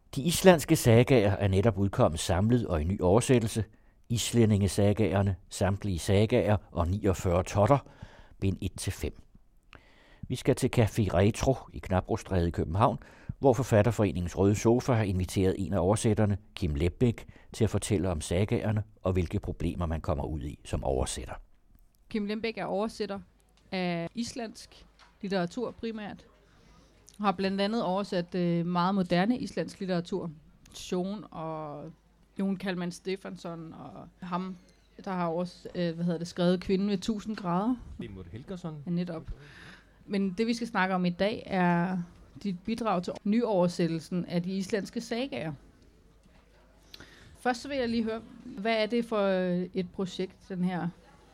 De islandske sagaer er netop udkommet samlet og i ny oversættelse. Islændingesagaerne, samtlige sagaer og 49 totter, bind 1-5. Vi skal til Café Retro i Knabrostræde i København, hvor Forfatterforeningens Røde Sofa har inviteret en af oversætterne, Kim Leppek, til at fortælle om sagaerne og hvilke problemer man kommer ud i som oversætter. Kim Leppek er oversætter af islandsk litteratur primært. Har blandt andet oversat meget moderne islandsk litteratur. Sjón og Jon Kalman Stefánsson og ham, der har også skrevet Kvinden ved 1000 grader. Rimur Helgason. Ja, netop. Men det vi skal snakke om i dag er dit bidrag til nyoversættelsen af de islandske sagaer. Først så vil jeg lige høre, hvad er det for et projekt, den her?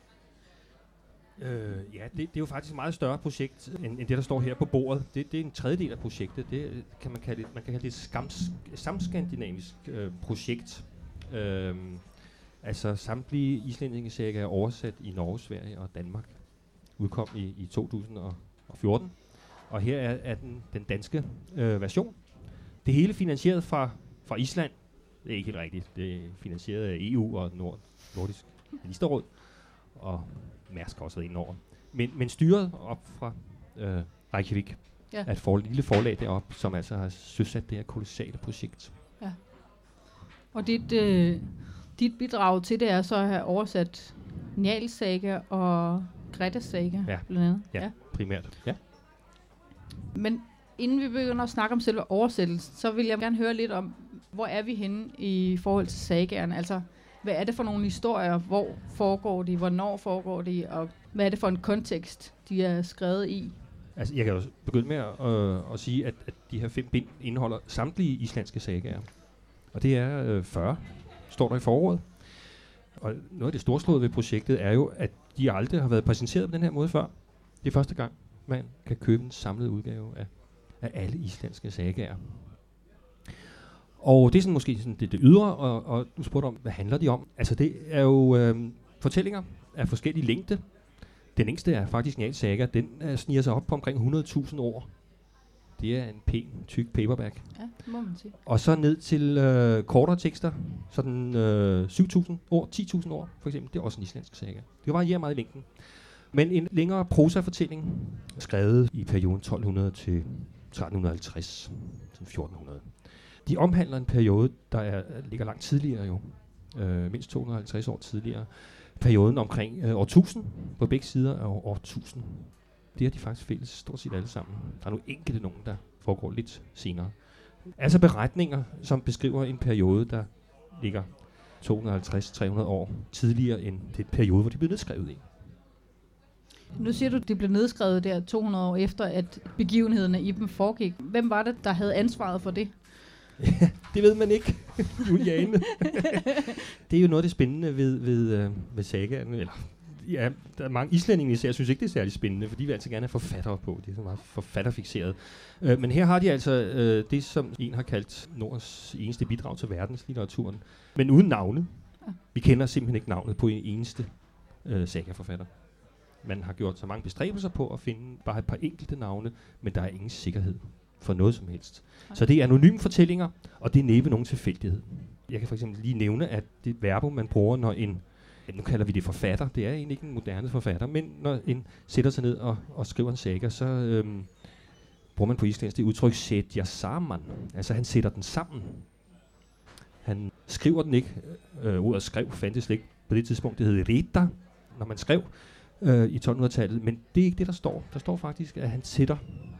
Det er jo faktisk et meget større projekt, end det, der står her på bordet. Det er en tredjedel af projektet. Det kan man kan kalde det et samskandinavisk projekt. Altså samtlige islændingesagaer er oversat i Norge, Sverige og Danmark. Udkom i 2014. Og her er den danske version. Det hele finansieret fra Island. Det er ikke helt rigtigt. Det er finansieret af EU og Nordisk Ministerråd. Og Mærsk også ind over. Men styret op fra Reykjavik. Ja. Et lille forlag deroppe, som altså har søsat det her kolossale projekt. Ja. Og dit bidrag til det er så at have oversat Njals saga og Gretas saga, blandt andet. Ja, primært. Ja. Men inden vi begynder at snakke om selve oversættelsen, så vil jeg gerne høre lidt om, hvor er vi henne i forhold til sagaerne? Altså, hvad er det for nogle historier? Hvor foregår de? Hvornår foregår de? Og hvad er det for en kontekst, de er skrevet i? Altså, jeg kan jo begynde med at sige, at de her 5 bind indeholder samtlige islandske sagaer. Og det er 40, står der i forordet. Og noget af det storslåede ved projektet er jo, at de aldrig har været præsenteret på den her måde før. Det er første gang, man kan købe en samlet udgave af alle islandske sagaer. Og det er sådan måske sådan det ydre, og du spurgte om, hvad handler de om? Altså det er jo fortællinger af forskellige længde. Den længste er faktisk Njals saga. Den sniger sig op på omkring 100.000 ord. Det er en pæn, tyk paperback. Ja, må man sige. Og så ned til kortere tekster, sådan 7.000 ord, 10.000 ord for eksempel. Det er også en islandsk saga. Det varierer meget i længden. Men en længere prosafortælling, skrevet i perioden 1200 til 1350, til 1400. De omhandler en periode, der ligger langt tidligere jo. Mindst 250 år tidligere. Perioden omkring år 1000 på begge sider af år 1000. Det har de faktisk fælles stort set alle sammen. Der er nogle enkelte nogen, der foregår lidt senere. Altså beretninger, som beskriver en periode, der ligger 250-300 år tidligere end det periode, hvor de blev nedskrevet i. Nu siger du, at det blev nedskrevet der 200 år efter, at begivenhederne i dem foregik. Hvem var det, der havde ansvaret for det? Ja, det ved man ikke, Juliane. Det er jo noget af det spændende ved sagaen. Eller, ja, der er mange islændinge især, jeg synes ikke, det er særlig spændende, for de vil altså gerne have forfattere på. Det er så meget forfatterfikseret. Men her har de altså det, som en har kaldt Nordens eneste bidrag til verdenslitteraturen. Men uden navne. Ja. Vi kender simpelthen ikke navnet på en eneste sagaforfatter. Man har gjort så mange bestræbelser på at finde bare et par enkelte navne, men der er ingen sikkerhed for noget som helst. Okay. Så det er anonyme fortællinger, og det er næppe nogen tilfældighed. Jeg kan for eksempel lige nævne, at det verbum, man bruger, når nu kalder vi det forfatter, det er egentlig ikke en moderne forfatter, men når en sætter sig ned og skriver en saga, så bruger man på islandsk det udtryk setja saman. Altså han sætter den sammen. Han skriver den ikke. Ordet skrev fandtes ikke på det tidspunkt. Det hed rita, når man skrev i 1200-tallet, men det er ikke det, der står. Der står faktisk, at han sætter.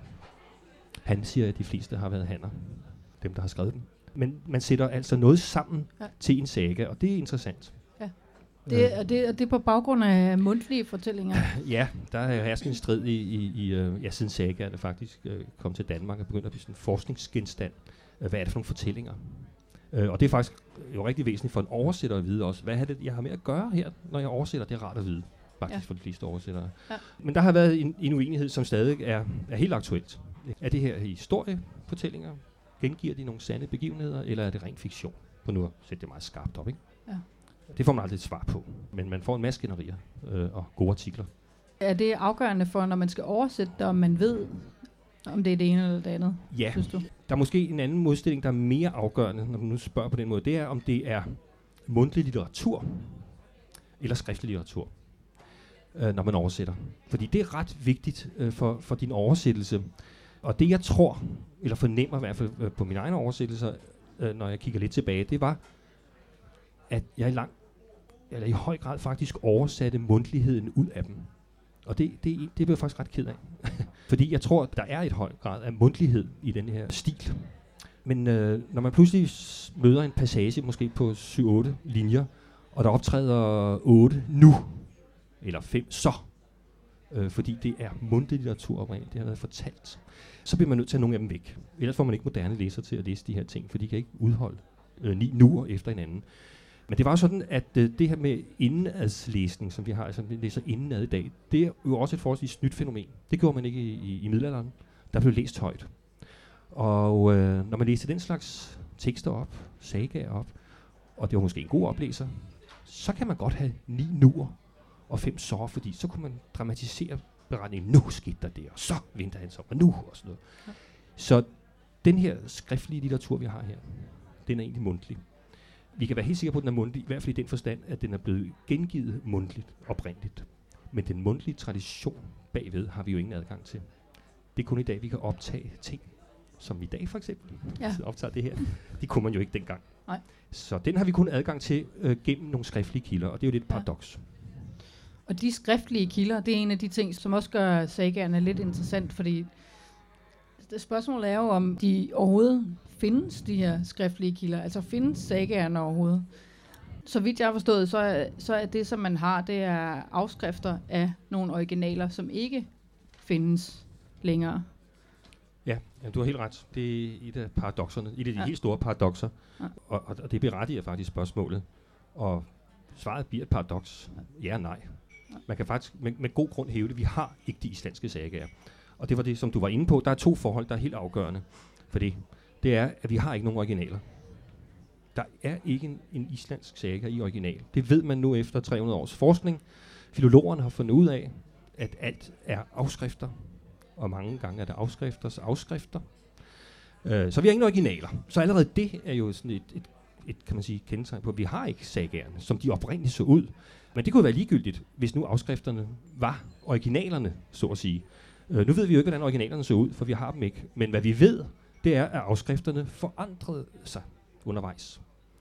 Han siger, at de fleste har været hanner, dem der har skrevet dem. Men man sætter altså noget sammen til en saga, og det er interessant. Ja. Det er på baggrund af mundtlige fortællinger? Ja, der er hersket en strid siden sagaerne faktisk kom til Danmark og begyndte at blive sådan en forskningsgenstand. Hvad er det for nogle fortællinger? Og det er faktisk jo rigtig væsentligt for en oversætter at vide også. Hvad er det, jeg har med at gøre her, når jeg oversætter? Det er rart at vide, faktisk for de fleste oversættere. Ja. Men der har været en uenighed, som stadig er helt aktuelt. Er det her historiefortællinger? Gengiver de nogle sande begivenheder, eller er det ren fiktion? På nu at sætte det meget skarpt op, ikke? Ja. Det får man aldrig et svar på, men man får en masse skænderier og gode artikler. Er det afgørende for, når man skal oversætte det, om man ved, Om det er det ene eller det andet, Ja, synes du? der er måske en anden modstilling, der er mere afgørende, når du nu spørger på den måde. Det er, om det er mundtlig litteratur eller skriftlig litteratur, når man oversætter. Fordi det er ret vigtigt for din oversættelse. Og det jeg tror, eller fornemmer i hvert fald på mine egne oversættelser, når jeg kigger lidt tilbage, det var, at jeg i høj grad faktisk oversatte mundtligheden ud af dem. Og det blev jeg faktisk ret ked af. Fordi jeg tror, der er et høj grad af mundtlighed i den her stil. Men når man pludselig møder en passage, måske på 7-8 linjer, og der optræder 8 nu, eller 5 så, fordi det er mundtlig litteratur oprindeligt, det har været fortalt, så bliver man nødt til at have nogle af dem væk. Ellers får man ikke moderne læsere til at læse de her ting, for de kan ikke udholde 9 nuer efter hinanden. Men det var jo sådan, at det her med indenadslæsning, som vi har, som vi læser indenad i dag, det er jo også et forholdsvis nyt fænomen. Det gjorde man ikke i middelalderen. Der blev læst højt. Og når man læste den slags tekster op, sagaer op, og det var måske en god oplæser, så kan man godt have 9 nuer og 5 så, fordi så kunne man dramatisere beretningen. Nu skete der det, og så vendte han så, og nu, og sådan noget. Ja. Så den her skriftlige litteratur, vi har her, den er egentlig mundtlig. Vi kan være helt sikre på, at den er mundtlig, i hvert fald i den forstand, at den er blevet gengivet mundtligt, oprindeligt. Men den mundtlige tradition bagved har vi jo ingen adgang til. Det er kun i dag, vi kan optage ting, som i dag for eksempel optager det her. Det kunne man jo ikke dengang. Nej. Så den har vi kun adgang til gennem nogle skriftlige kilder, og det er jo lidt et paradoks. Og de skriftlige kilder, det er en af de ting, som også gør sagaerne lidt interessant, fordi det spørgsmål er jo, om de overhovedet findes, de her skriftlige kilder. Altså findes sagaerne overhovedet? Så vidt jeg har forstået, så er det, som man har, det er afskrifter af nogle originaler, som ikke findes længere. Ja, du har helt ret. Det er et af paradokserne, et af de helt store paradokser. Ja. Og det berettiger faktisk spørgsmålet. Og svaret bliver et paradoks. Ja og nej. Man kan faktisk med god grund hævde, at vi har ikke de islandske sagaer. Og det var det, som du var inde på. Der er 2 forhold, der er helt afgørende for det. Det er, at vi har ikke nogen originaler. Der er ikke en islandsk saga i original. Det ved man nu efter 300 års forskning. Filologerne har fundet ud af, at alt er afskrifter. Og mange gange er det afskrifters afskrifter. Så vi har ingen originaler. Så allerede det er jo sådan et kan man sige, kendetegn på, at vi har ikke sagaerne, som de oprindeligt så ud. Men det kunne være ligegyldigt, hvis nu afskrifterne var originalerne, så at sige. Nu ved vi jo ikke, hvordan originalerne så ud, for vi har dem ikke. Men hvad vi ved, det er, at afskrifterne forandrede sig undervejs.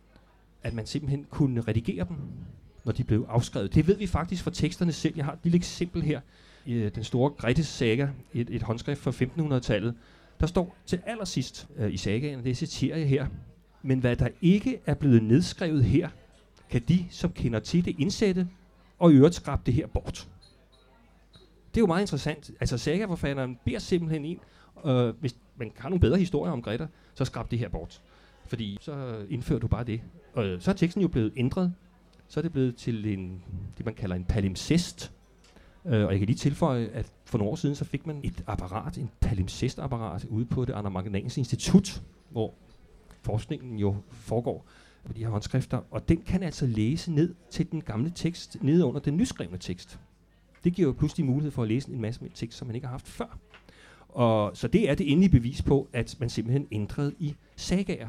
At man simpelthen kunne redigere dem, når de blev afskrevet. Det ved vi faktisk fra teksterne selv. Jeg har et lille eksempel her. I den store Grethes saga, et håndskrift fra 1500-tallet. Der står til allersidst i sagaen, det citerer jeg her. Men hvad der ikke er blevet nedskrevet her, kan de, som kender til det, indsætte og i øvrigt skrabe det her bort. Det er jo meget interessant. Altså sagaforfatteren beder simpelthen en, hvis man har nogle bedre historier om Grethe, så skrab det her bort. Fordi så indfører du bare det. Og så er teksten jo blevet ændret. Så er det blevet til det, man kalder en palimpsest. Og jeg kan lige tilføje, at for nogle år siden, så fik man et apparat, en palimpsestapparat, ude på det Anna-Magnæanske Institut, hvor forskningen jo foregår med de her håndskrifter. Og den kan altså læse ned til den gamle tekst, nede under den nyskrevne tekst. Det giver jo pludselig mulighed for at læse en masse tekst, som man ikke har haft før. Og så det er det endelige bevis på, at man simpelthen ændrede i sagaer.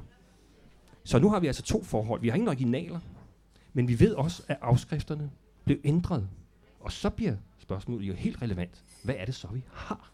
Så nu har vi altså 2 forhold. Vi har ingen originaler, men vi ved også, at afskrifterne blev ændret. Og så bliver spørgsmålet jo helt relevant. Hvad er det så, vi har?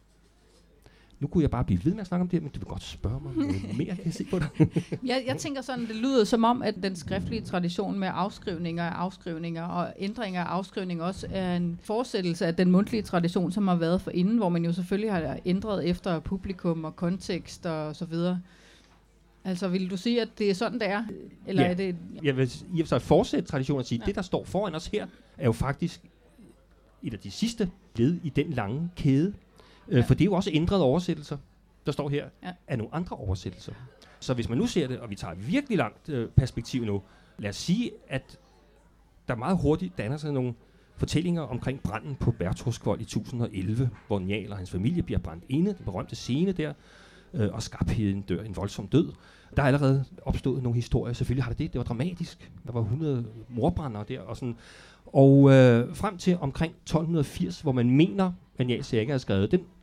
Nu kunne jeg bare blive ved med at snakke om det, men du vil godt spørge mig noget mere, kan jeg se på dig? Jeg tænker sådan, det lyder som om, at den skriftlige tradition med afskrivninger og ændringer af afskrivninger også er en fortsættelse af den mundtlige tradition, som har været forinden, hvor man jo selvfølgelig har ændret efter publikum og kontekst og så videre. Altså, vil du sige, at det er sådan, det er? Eller er det? Jeg vil i og for sig fortsætte traditionen at sige, det, der står foran os her, er jo faktisk et af de sidste led i den lange kæde. For det er jo også ændrede oversættelser, der står her, af nogle andre oversættelser. Så hvis man nu ser det, og vi tager et virkelig langt perspektiv nu, lad os sige, at der meget hurtigt danner sig nogle fortællinger omkring branden på Bergthorskvold i 1011, hvor Njal og hans familie bliver brændt inde, den berømte scene der, og Skarpheden dør en voldsom død. Der er allerede opstået nogle historier, selvfølgelig har det var dramatisk. Der var 100 mordbrændere der og sådan. Og frem til omkring 1280, hvor man mener, at Njals saga er skrevet, den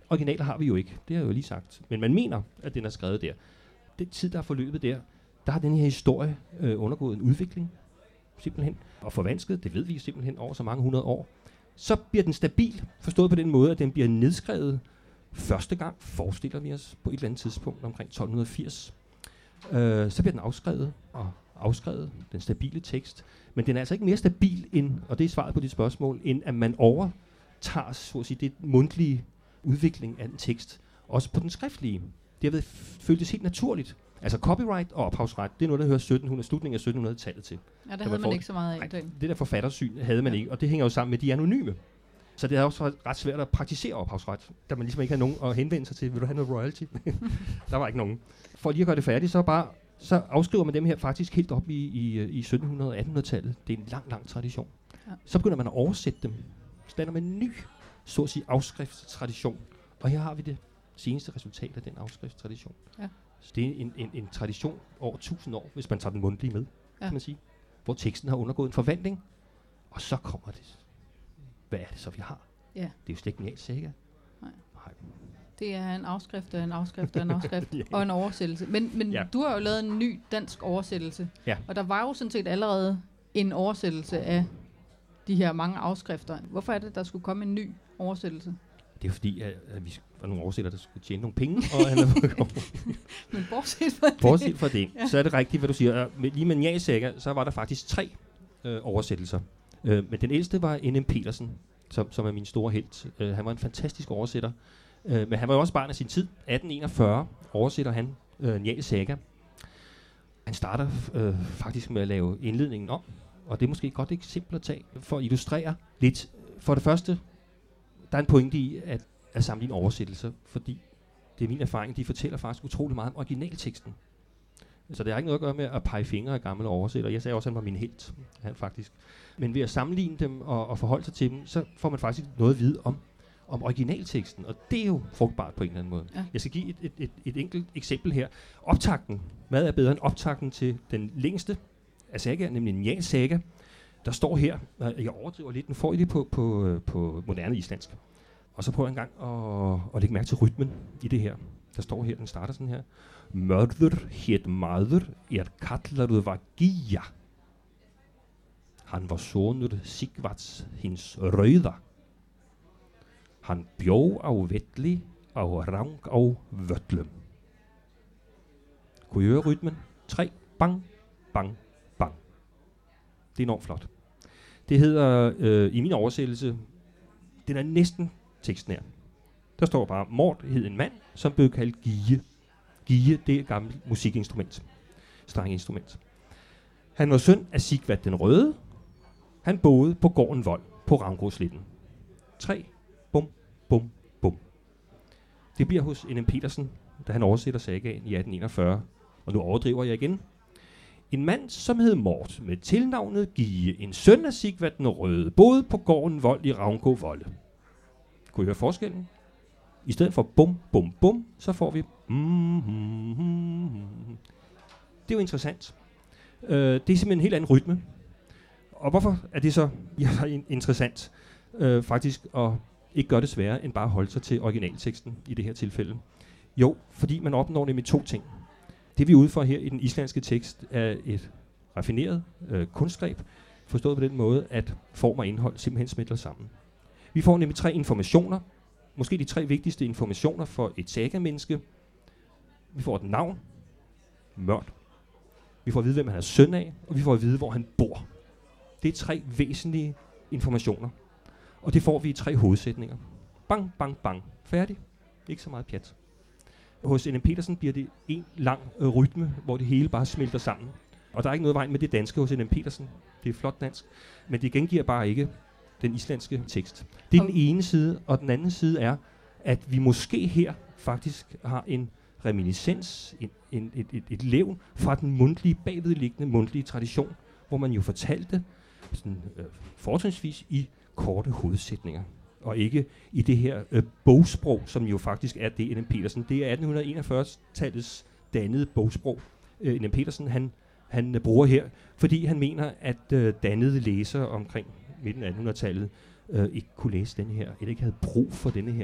originaler har vi jo ikke, det har jeg jo lige sagt. Men man mener, at den er skrevet der. Den tid, der er forløbet der har den her historie undergået en udvikling, simpelthen. Og forvansket, det ved vi simpelthen over så mange 100 år. Så bliver den stabil, forstået på den måde, at den bliver nedskrevet første gang, forestiller vi os, på et eller andet tidspunkt omkring 1280. Så bliver den afskrevet, den stabile tekst. Men den er altså ikke mere stabil end, og det er svaret på dit spørgsmål, end at man overtager, så at sige, det mundtlige udvikling af en tekst, også på den skriftlige. Det har føltes helt naturligt. Altså copyright og ophavsret, det er noget, der hører slutningen af 1700-tallet til. Ja, det havde man ikke så meget af. Det der forfattersyn havde man ikke, og det hænger jo sammen med de anonyme. Så det er også ret svært at praktisere ophavsret, da man ligesom ikke havde nogen at henvende sig til. Vil du have noget royalty? Der var ikke nogen. For lige at gøre det færdigt, så afskriver man dem her faktisk helt op i 1700- og 1800-tallet. Det er en lang tradition. Ja. Så begynder man at oversætte dem. Så danner man en ny, så at sige, afskriftstradition. Og her har vi det seneste resultat af den afskriftstradition. Ja. Så det er en tradition over 1000 år, hvis man tager den mundtlige med, kan man sige. Hvor teksten har undergået en forvandling. Og så kommer det. Hvad er det så, vi har? Ja. Det er jo slet ikke Njals saga. Nej. Det er en afskrift og en afskrift og en afskrift og en oversættelse. Men du har jo lavet en ny dansk oversættelse. Ja. Og der var jo sådan set allerede en oversættelse af de her mange afskrifter. Hvorfor er det, der skulle komme en ny oversættelse? Det er fordi, at vi var nogle oversættere, der skulle tjene nogle penge. Men bortset fra det, så er det rigtigt, hvad du siger. Lige med Njals saga, så var der faktisk 3 oversættelser. Men den ældste var N.M. Petersen, som er min store helt. Han var en fantastisk oversætter. Men han var jo også barn af sin tid. 1841 oversætter han Njals saga. Han starter faktisk med at lave indledningen om. Og det er måske et godt eksempel at tage for at illustrere lidt. For det første, der er en pointe i at sammenligne oversættelser, fordi det er min erfaring, de fortæller faktisk utrolig meget om originalteksten. Så det har ikke noget at gøre med at pege fingre af gamle oversættere. Jeg sagde også, at han var min helt, han faktisk. Men ved at sammenligne dem og forholde sig til dem, så får man faktisk noget at vide om originalteksten. Og det er jo frugtbart på en eller anden måde. Ja. Jeg skal give et enkelt eksempel her. Optakten. Hvad er bedre end optakten til den længste af sagaer, nemlig Njals saga? Der står her, jeg overdriver lidt, nu får I det på moderne islandsk. Og så prøver jeg en gang at lægge mærke til rytmen i det her. Der står her, den starter sådan her. Mörður hét maður kallaður var Gíja. Han var sonur Sigvards hins rauða. Han bjó á velli á rang á völlum. Kunne I høre rytmen? 3, bang, bang, bang. Det er enormt flot. Det hedder, i min oversættelse, den er næsten teksten her. Der står bare, Mort hed en mand, som blev kaldt Gije. Gije, det er et gammelt musikinstrument. Strengeinstrument. Han var søn af Sigvard den Røde. Han boede på gården Vold på Ravngårdslitten. 3, bum, bum, bum. Det bliver hos N.M. Petersen, da han oversætter sagaen i 1841. Og nu overdriver jeg igen. En mand, som hed Mort, med tilnavnet Gije, en søn af Sigvard den Røde, boede på gården Vold i Ravngårdvolde. Kunne I høre forskellen? I stedet for bum, bum, bum, så får vi Det er jo interessant. Det er simpelthen en helt anden rytme. Og hvorfor er det så interessant faktisk at ikke gøre det sværere, end bare at holde sig til originalteksten i det her tilfælde? Jo, fordi man opnår nemlig 2 ting. Det vi er ude for her i den islandske tekst er et raffineret kunstgreb, forstået på den måde, at form og indhold simpelthen smelter sammen. Vi får nemlig 3 informationer, måske de 3 vigtigste informationer for et sagamenneske. Vi får et navn, Mørd. Vi får at vide, hvem han er søn af, og vi får at vide, hvor han bor. Det er 3 væsentlige informationer, og det får vi i 3 hovedsætninger. Bang, bang, bang. Færdig. Ikke så meget pjat. Hos N.M. Petersen bliver det en lang rytme, hvor det hele bare smelter sammen. Og der er ikke noget vejen med det danske hos N.M. Petersen. Det er flot dansk, men det gengiver bare ikke den islandske tekst. Det er den ene side, og den anden side er, at vi måske her faktisk har en reminiscens, et levn fra den mundtlige, bagvedliggende mundtlige tradition, hvor man jo fortalte sådan, fortrinsvis i korte hovedsætninger, og ikke i det her bogsprog, som jo faktisk er det N.M. Petersen. Det er 1841-tallets dannede bogsprog. N.M. Petersen, han bruger her, fordi han mener, at dannede læsere omkring midten af 1800-tallet ikke kunne læse denne her, eller ikke havde brug for denne her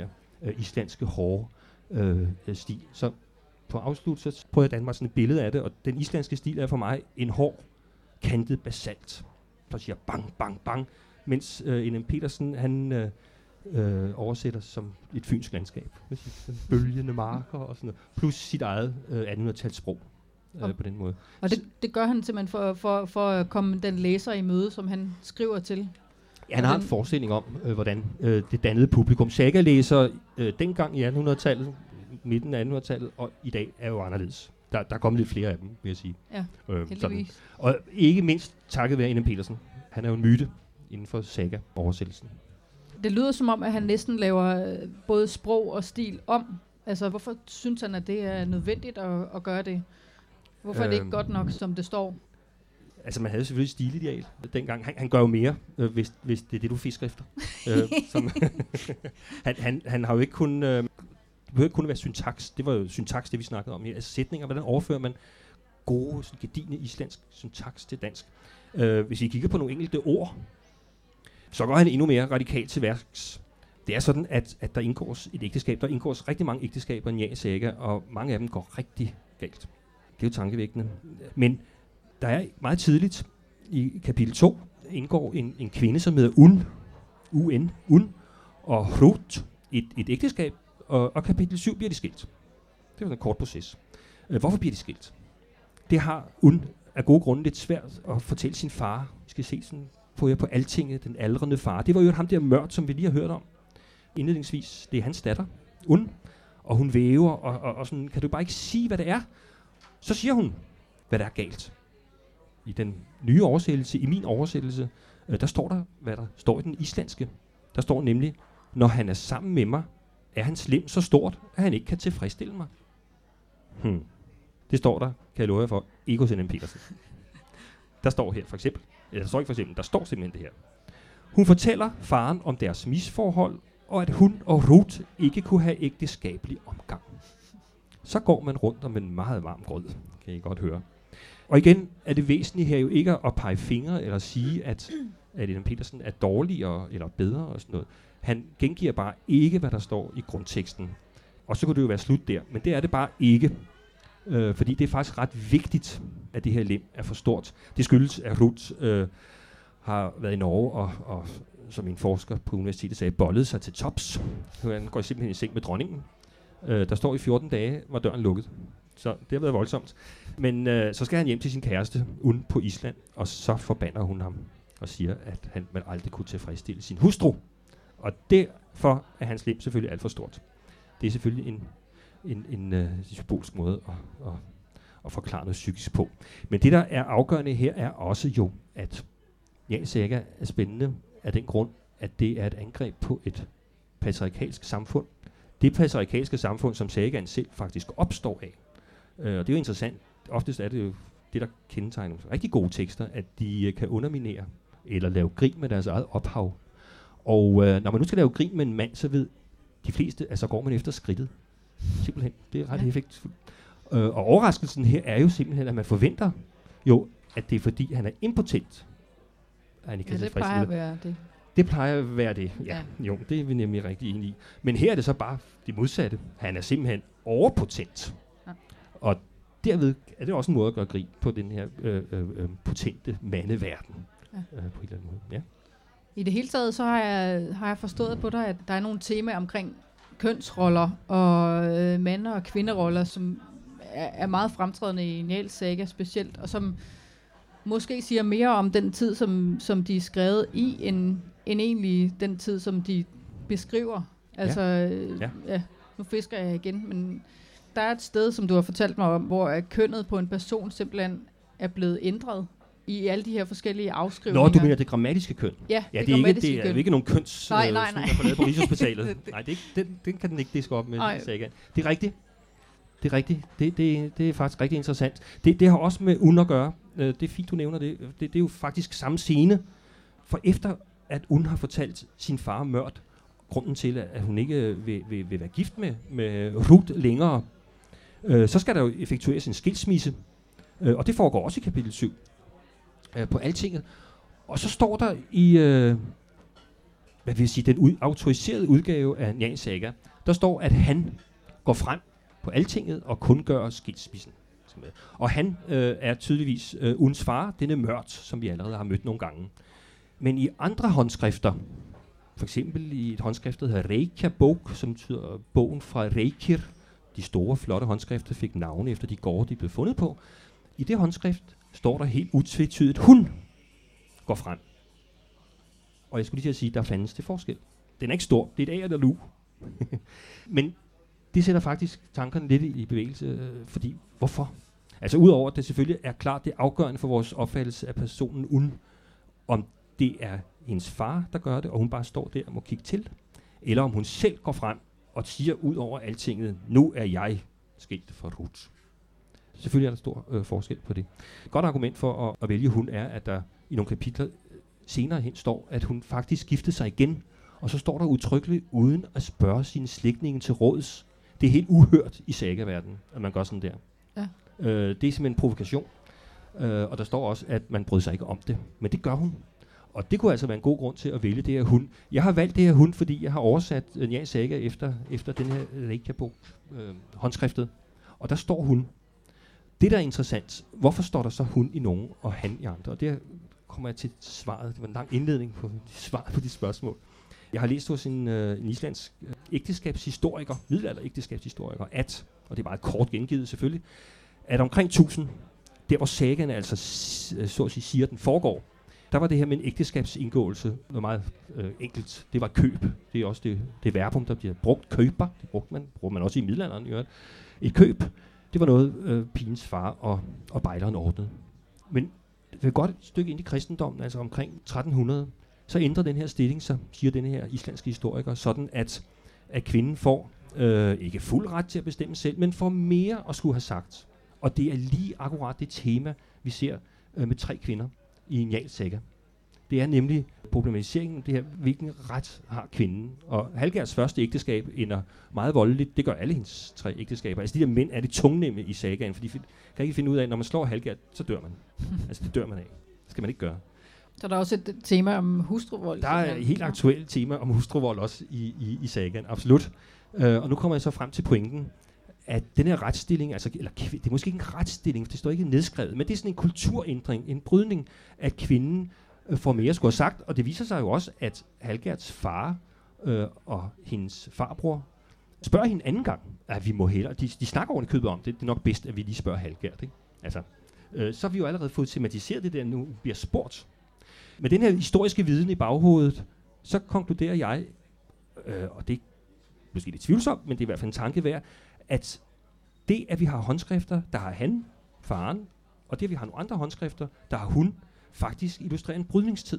islandske hårde stil. Så på afslut, så prøver jeg at danne mig sådan et billede af det, og den islandske stil er for mig en hård, kantet basalt, der siger bang, bang, bang, mens N.M. Petersen, han oversætter som et fynsk landskab. Bølgende marker og sådan noget, plus sit eget 1800-tals sprog på den måde. Og det gør han simpelthen for at komme den læser i møde, som han skriver til. Ja, han har en forestilling om, hvordan det dannede publikum. Saga-læser dengang i 1800-tallet, midten af 1800-tallet, og i dag er jo anderledes. Der er kommet lidt flere af dem, vil jeg sige. Ja, heldigvis. Og ikke mindst takket være N.M. Petersen. Han er jo en myte inden for saga-oversættelsen. Det lyder som om, at han næsten laver både sprog og stil om. Altså, hvorfor synes han, at det er nødvendigt at gøre det? Hvorfor er det ikke godt nok, som det står? Altså, man havde selvfølgelig stilideal dengang. Han gør jo mere, hvis det er det, du fisker efter. Han har jo ikke kun... det behøver ikke kun være syntaks. Det var jo syntaks, det vi snakkede om her. Altså sætninger, hvordan overfører man gode, sådan gedigne islandsk syntaks til dansk? Hvis I kigger på nogle enkelte ord, så går han endnu mere radikalt til værks. Det er sådan, at der indgås et ægteskab. Der indgås rigtig mange ægteskaber i Njál Saga, og mange af dem går rigtig galt. Det er jo tankevækkende. Men der er meget tidligt i kapitel 2, indgår en kvinde, som hedder Un, og Hrút, et ægteskab, og kapitel 7 bliver de skilt. Det var en kort proces. Hvorfor bliver de skilt? Det har Un af gode grunde lidt svært at fortælle sin far. Vi skal se sådan på jer på Altinget, den aldrende far. Det var jo ham der Mørkt, som vi lige har hørt om. Indledningsvis, det er hans datter, Un, og hun væver, og sådan, kan du bare ikke sige, hvad det er? Så siger hun, hvad der er galt. I den nye oversættelse, i min oversættelse, der står der, hvad der står i den islandske. Der står nemlig, når han er sammen med mig, er hans lem så stort, at han ikke kan tilfredsstille mig. Det står der, kan jeg love jer for, ikke hos N.M. Petersen. Der står her for eksempel, eller der står ikke for eksempel, der står simpelthen det her. Hun fortæller faren om deres misforhold, og at hun og Hrút ikke kunne have ægteskabelig omgang. Så går man rundt om en meget varm grød, kan I godt høre. Og igen er det væsentlige her jo ikke at pege fingre eller sige, at N.M. Petersen er dårligere eller bedre og sådan noget. Han gengiver bare ikke, hvad der står i grundteksten. Og så kunne det jo være slut der, men det er det bare ikke. Fordi det er faktisk ret vigtigt, at det her lem er for stort. Det skyldes, at Hrút har været i Norge og som en forsker på universitetet sagde, bollede sig til tops. Han går simpelthen i seng med dronningen. Der står i 14 dage, var døren lukket. Så det har været voldsomt. Men så skal han hjem til sin kæreste, Un, på Island, og så forbander hun ham og siger, at han aldrig kunne tilfredsstille sin hustru. Og derfor er hans lem selvfølgelig alt for stort. Det er selvfølgelig en symbolsk måde at forklare noget psykisk på. Men det, der er afgørende her, er også jo, at Njál Saga er spændende af den grund, at det er et angreb på et patriarkalsk samfund. Det patriarkalske samfund, som sagaen selv faktisk opstår af. Og det er jo interessant. Oftest er det jo det, der kendetegner rigtig gode tekster, at de kan underminere eller lave grin med deres eget ophav. Og når man nu skal lave grin med en mand, så ved de fleste, altså går man efter skridtet. Simpelthen. Det er ret effektfuldt. Og overraskelsen her er jo simpelthen, at man forventer jo, at det er fordi, han er impotent. Det plejer at være det. Det plejer at være det, ja. Jo, det er vi nemlig rigtig enige i. Men her er det så bare det modsatte. Han er simpelthen overpotent. Ja. Og derved er det også en måde at gøre grin på den her potente mandeverden. Ja. På en eller anden måde, ja. I det hele taget, så har jeg forstået på dig, at der er nogle temaer omkring kønsroller og mande- og kvinderoller, som er meget fremtrædende i Njál Saga specielt, og som måske siger mere om den tid, som de er skrevet i, end egentlig den tid, som de beskriver. Altså, nu fisker jeg igen, men der er et sted, som du har fortalt mig om, hvor kønnet på en person simpelthen er blevet ændret i alle de her forskellige afskrivninger. Nå, du mener det grammatiske køn? Ja, det er jo ikke nogen køns, nej. på på Rigshospitalet. Nej, det er ikke, den kan den ikke diske op med sagaen. Det er rigtigt. Det er faktisk rigtig interessant. Det har også med Un at gøre. Det er fint, du nævner det. Det er jo faktisk samme scene. For efter at Un har fortalt sin far Mørkt, grunden til, at hun ikke vil være gift med Hrút længere, så skal der jo effektueres en skilsmisse. Og det foregår også i kapitel 7 på Altinget. Og så står der i den autoriserede udgave af Njál Saga, der står, at han går frem på Altinget og kundgør skilsmissen. Og han er tydeligvis Uns far, denne Mørt, som vi allerede har mødt nogle gange. Men i andre håndskrifter, for eksempel i et håndskrift, der hedder Reykjabók, som betyder bogen fra Reykjir, de store, flotte håndskrifter fik navne efter de gårde, de blev fundet på. I det håndskrift står der helt utvetydigt, hun går frem. Og jeg skulle lige til at sige, der fandens til forskel. Den er ikke stor, det er et A eller lu. Men det sætter faktisk tankerne lidt i bevægelse, fordi hvorfor? Altså udover at det selvfølgelig er klart, det er afgørende for vores opfattelse af personen Un, om det er hendes far, der gør det, og hun bare står der og må kigge til, eller om hun selv går frem og siger ud over altinget, nu er jeg skilt fra Ruth. Selvfølgelig er der stor forskel på det. Et godt argument for at vælge hun er, at der i nogle kapitler senere hen står, at hun faktisk giftede sig igen, og så står der udtrykkeligt uden at spørge sine slægtninge til råds. Det er helt uhørt i sagaverdenen, at man gør sådan der. Ja. Det er simpelthen en provokation, og der står også, at man bryder sig ikke om det, men det gør hun. Og det kunne altså være en god grund til at vælge det her hund. Jeg har valgt det her hund, fordi jeg har oversat Njál Saga efter den her Reykjabók håndskriftet. Og der står hun. Det, der er interessant, hvorfor står der så hun i nogen og han i andre? Og der kommer jeg til svaret. Det var en lang indledning på svaret på de spørgsmål. Jeg har læst hos en islandsk ægteskabshistoriker, middelalder-ægteskabshistoriker, og det er meget kort gengivet selvfølgelig, at omkring 1000, der hvor sagerne altså, så at sige, siger, den foregår, der var det her med en ægteskabsindgåelse noget meget enkelt. Det var køb. Det er også det verbum, der bliver brugt. Køber, det bruger man også i middelalderen. Jo. Et køb, det var noget, pigens far og bejleren ordnede. Men det er godt et stykke ind i kristendommen, altså omkring 1300, så ændrer den her stilling sig, siger den her islandske historiker, sådan at kvinden får ikke fuld ret til at bestemme selv, men får mere at skulle have sagt. Og det er lige akkurat det tema, vi ser med 3 kvinder i Njál Saga. Det er nemlig problematiseringen af det her, hvilken ret har kvinden. Og Halgerds første ægteskab ender meget voldeligt. Det gør alle hendes 3 ægteskaber. Altså de der mænd er det tungnemme i sagaen, for de kan ikke finde ud af, at når man slår Halgerd, så dør man. Altså det dør man af. Det skal man ikke gøre. Så der er også et tema om hustruvold. Der er et helt aktuelt tema om hustruvold også i sagaen, absolut. Og nu kommer jeg så frem til pointen, at den her retsstilling, altså, det er måske ikke en retsstilling, for det står ikke nedskrevet, men det er sådan en kulturændring, en brydning, at kvinden får mere skulle have sagt, og det viser sig jo også, at Halgerds far og hendes farbror spørger hende anden gang, at vi må hellere, de snakker ordentligt købet om det er nok bedst, at vi lige spørger Halgerd, ikke? Altså, så har vi jo allerede fået tematiseret det der, nu bliver spurgt. Med den her historiske viden i baghovedet, så konkluderer jeg, og det er måske lidt tvivlsomt, men det er i hvert fald en tanke værd, at det, at vi har håndskrifter, der har han, faren, og det, at vi har nogle andre håndskrifter, der har hun, faktisk illustrerer en brydningstid.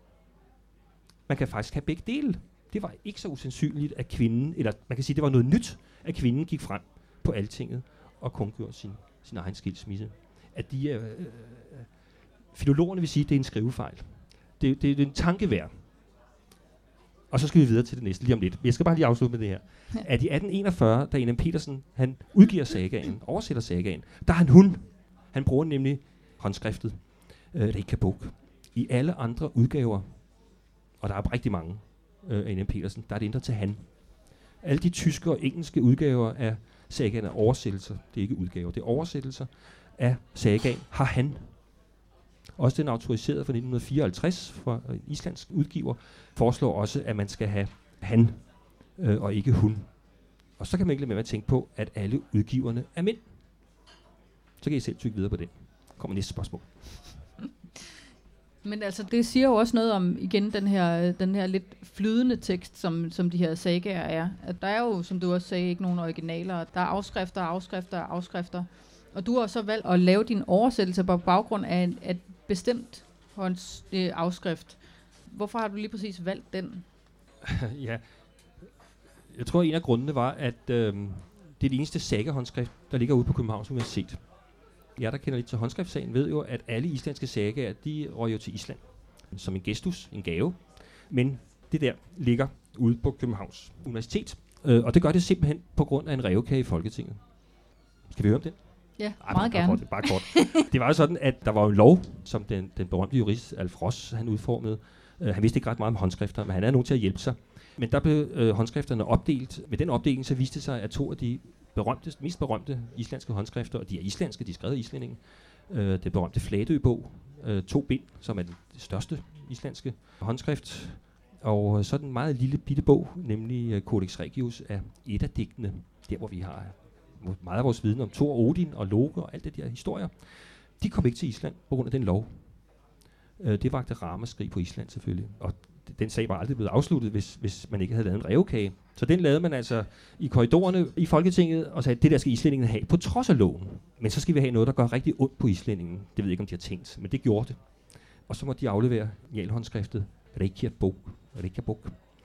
Man kan faktisk have begge dele. Det var ikke så usandsynligt, at kvinden, eller man kan sige, det var noget nyt, at kvinden gik frem på Altinget og kundgjorde sin egen skilsmisse. At de filologerne vil sige, at det er en skrivefejl. Det er en tanke værd. Og så skal vi videre til det næste lige om lidt. Jeg skal bare lige afslutte med det her. At i 1841, da E.N.M. Petersen han udgiver sagaen, oversætter sagaen, der har han bruger nemlig håndskriftet Reykjabók. I alle andre udgaver, og der er rigtig mange af E.N.M. Petersen, der er det ændret til han. Alle de tyske og engelske udgaver af sagaen er oversættelser. Det er ikke udgaver, det er oversættelser af sagaen har han. Også den autoriserede fra 1954 fra en islandsk udgiver foreslår også, at man skal have han og ikke hun. Og så kan man ikke lade med at tænke på, at alle udgiverne er mænd. Så kan I selv tykke videre på det. Kommer næste spørgsmål. Men altså, det siger jo også noget om, igen, den her lidt flydende tekst, som de her sagaer er. At der er jo, som du også sagde, ikke nogen originaler. Der er afskrifter. Og du har så valgt at lave din oversættelse på baggrund af et bestemt afskrift. Hvorfor har du lige præcis valgt den? Ja, jeg tror, en af grundene var, at det er det eneste sagahåndskrift, der ligger ude på Københavns Universitet. Jeg, der kender lidt til håndskriftsagen, ved jo, at alle islandske sagaer, de røg jo til Island som en gestus, en gave. Men det der ligger ude på Københavns Universitet. Og det gør det simpelthen på grund af en rævekage i Folketinget. Skal vi høre om det? Ja, meget gerne. Bare kort. Det var jo sådan, at der var en lov, som den berømte jurist Alf Ross, han udformede. Han vidste ikke ret meget om håndskrifter, men han havde nogen til at hjælpe sig. Men der blev håndskrifterne opdelt. Med den opdeling så viste det sig, at 2 af de mest berømte islandske håndskrifter, og de er islandske, de er skrevet af islændinge, det berømte Flatøbog, 2 bind, som er det største islandske håndskrift, og så den meget lille bitte bog, nemlig Codex Regius af Edda-digtene, der hvor vi har meget af vores viden om Thor, Odin og Loke og alt det der historier. De kom ikke til Island på grund af den lov. Det vagte ramaskrig på Island selvfølgelig, og den sag var aldrig blevet afsluttet, hvis man ikke havde lavet en rævekage. Så den lavede man altså i korridorerne i Folketinget og sagde, at det der skal islændingene have, på trods af loven. Men så skal vi have noget, der gør rigtig ondt på islændingen. Det ved jeg ikke, om de har tænkt, men det gjorde det. Og så må de aflevere Jarlhåndskriftet Reykjabók,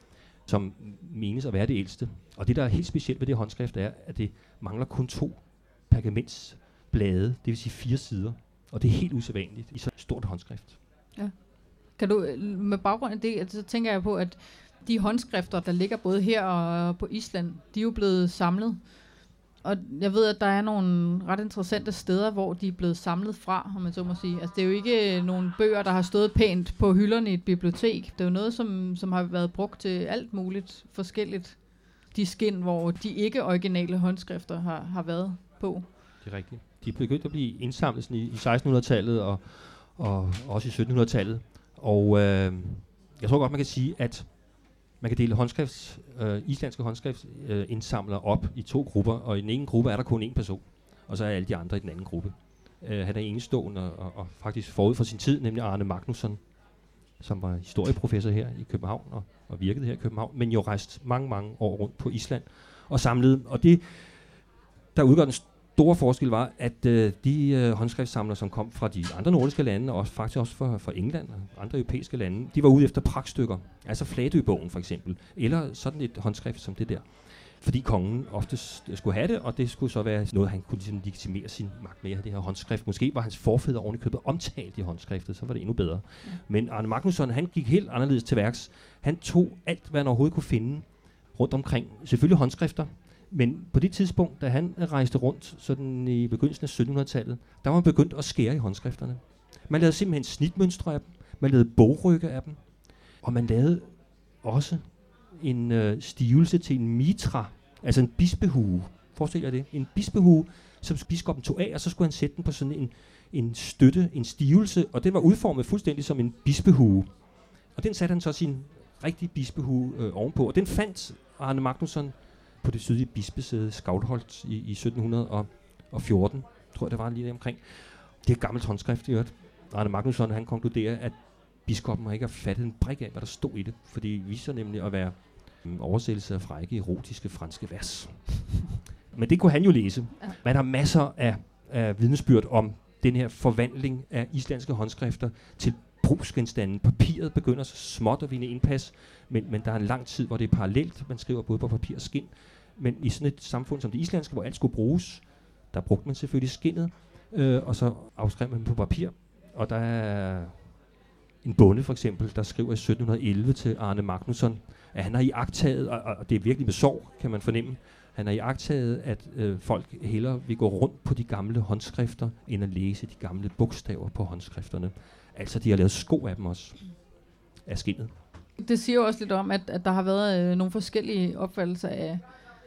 som menes at være det ældste. Og det, der er helt specielt ved det håndskrift, er, at det mangler kun 2 pergamentsblade, det vil sige 4 sider. Og det er helt usædvanligt i så stort håndskrift. Ja. Kan du, med baggrund af det, så tænker jeg på, at de håndskrifter, der ligger både her og på Island, de er jo blevet samlet. Og jeg ved, at der er nogle ret interessante steder, hvor de er blevet samlet fra, om man så må sige. Altså, det er jo ikke nogle bøger, der har stået pænt på hylderne i et bibliotek. Det er jo noget, som har været brugt til alt muligt forskelligt. De skin, hvor de ikke originale håndskrifter har været på. Det er rigtigt. De er begyndt at blive indsamlet i 1600-tallet og også i 1700-tallet. Og jeg tror godt, man kan sige, at man kan dele islandske håndskriftsindsamlere op i 2 grupper, og i den ene gruppe er der kun 1 person, og så er alle de andre i den anden gruppe. Han er enestående og faktisk forud for sin tid, nemlig Arne Magnusson, som var historieprofessor her i København og virkede her i København, men jo rejste mange år rundt på Island og samlede. Og det, der udgør den store forskel, var, at de håndskriftsamlere, som kom fra de andre nordiske lande, og faktisk også fra England og andre europæiske lande, de var ude efter pragtstykker, altså Flatøbogen for eksempel, eller sådan et håndskrift som det der. Fordi kongen ofte skulle have det, og det skulle så være noget, han kunne ligesom legitimere sin magt med, det her håndskrift. Måske var hans forfædre oven i købet omtalt i håndskriftet, så var det endnu bedre. Ja. Men Arne Magnusson, han gik helt anderledes til værks. Han tog alt, hvad han overhovedet kunne finde rundt omkring. Selvfølgelig håndskrifter, men på det tidspunkt, da han rejste rundt, sådan i begyndelsen af 1700-tallet, der var man begyndt at skære i håndskrifterne. Man lavede simpelthen snitmønstre af dem, man lavede bogrykker af dem, og man lavede også en stivelse til en mitra, altså en bispehue. Forestil jer det. En bispehue, som biskoppen tog af, og så skulle han sætte den på sådan en støtte, en stivelse, og den var udformet fuldstændig som en bispehue. Og den satte han så sin rigtige bispehue ovenpå, og den fandt Arne Magnusson på det sydlige bispesæde Skautholt i 1714, tror jeg det var lige omkring. Det er et gammelt håndskrift i øvrigt. Arne Magnusson, han konkluderer, at biskoppen ikke har fattet en brik af, hvad der stod i det, fordi det viser nemlig at være oversættelse af frække, erotiske franske vers. Men det kunne han jo læse. Man har masser af vidnesbyrd om den her forvandling af islandske håndskrifter til brugsgenstande. Papiret begynder så småt at vinde indpas, men der er en lang tid, hvor det er parallelt. Man skriver både på papir og skin. Men i sådan et samfund som det islandske, hvor alt skulle bruges, der brugte man selvfølgelig skinnet, og så afskrev man på papir. Og der er en bonde for eksempel, der skriver i 1711 til Arne Magnusson, at han har iagttaget, og det er virkelig med sorg, kan man fornemme, han har iagttaget, at folk hellere vil gå rundt på de gamle håndskrifter, end at læse de gamle bogstaver på håndskrifterne. Altså, de har lavet sko af dem også, af skinnet. Det siger jo også lidt om, at der har været nogle forskellige opfattelser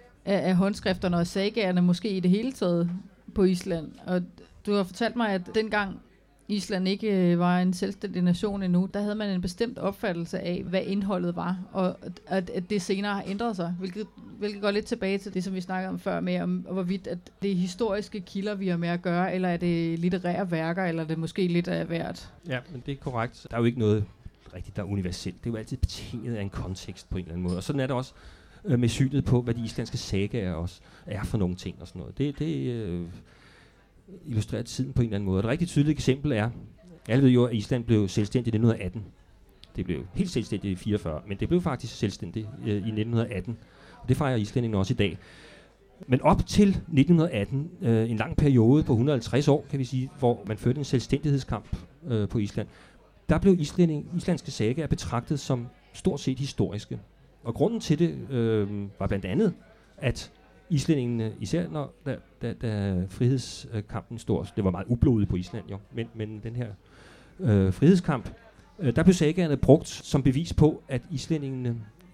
af håndskrifterne og sagaerne, måske i det hele taget på Island. Og du har fortalt mig, at dengang Island ikke var en selvstændig nation endnu, der havde man en bestemt opfattelse af, hvad indholdet var, og at det senere har ændret sig, hvilket går lidt tilbage til det, som vi snakkede om før, med om hvorvidt at det er historiske kilder, vi har med at gøre, eller er det litterære værker, eller er det måske lidt af hvert. Ja, men det er korrekt. Der er jo ikke noget rigtigt, der er universelt. Det er jo altid betinget af en kontekst på en eller anden måde, og sådan er det også med synet på, hvad de islandske sagaer også er for nogle ting og sådan noget. Det illustrerer tiden på en eller anden måde. Et rigtig tydeligt eksempel er, alle ved jo, at Island blev selvstændigt i 1918. Det blev helt selvstændigt i 44, men det blev faktisk selvstændigt i 1918. Og det fejrer islændingene også i dag. Men op til 1918, en lang periode på 150 år, kan vi sige, hvor man førte en selvstændighedskamp på Island, der blev islandske sagaer betragtet som stort set historiske. Og grunden til det var blandt andet, at islændingene, især når da frihedskampen stod, det var meget ublodigt på Island jo, men den her frihedskamp, der blev sagaerne brugt som bevis på, at islændingene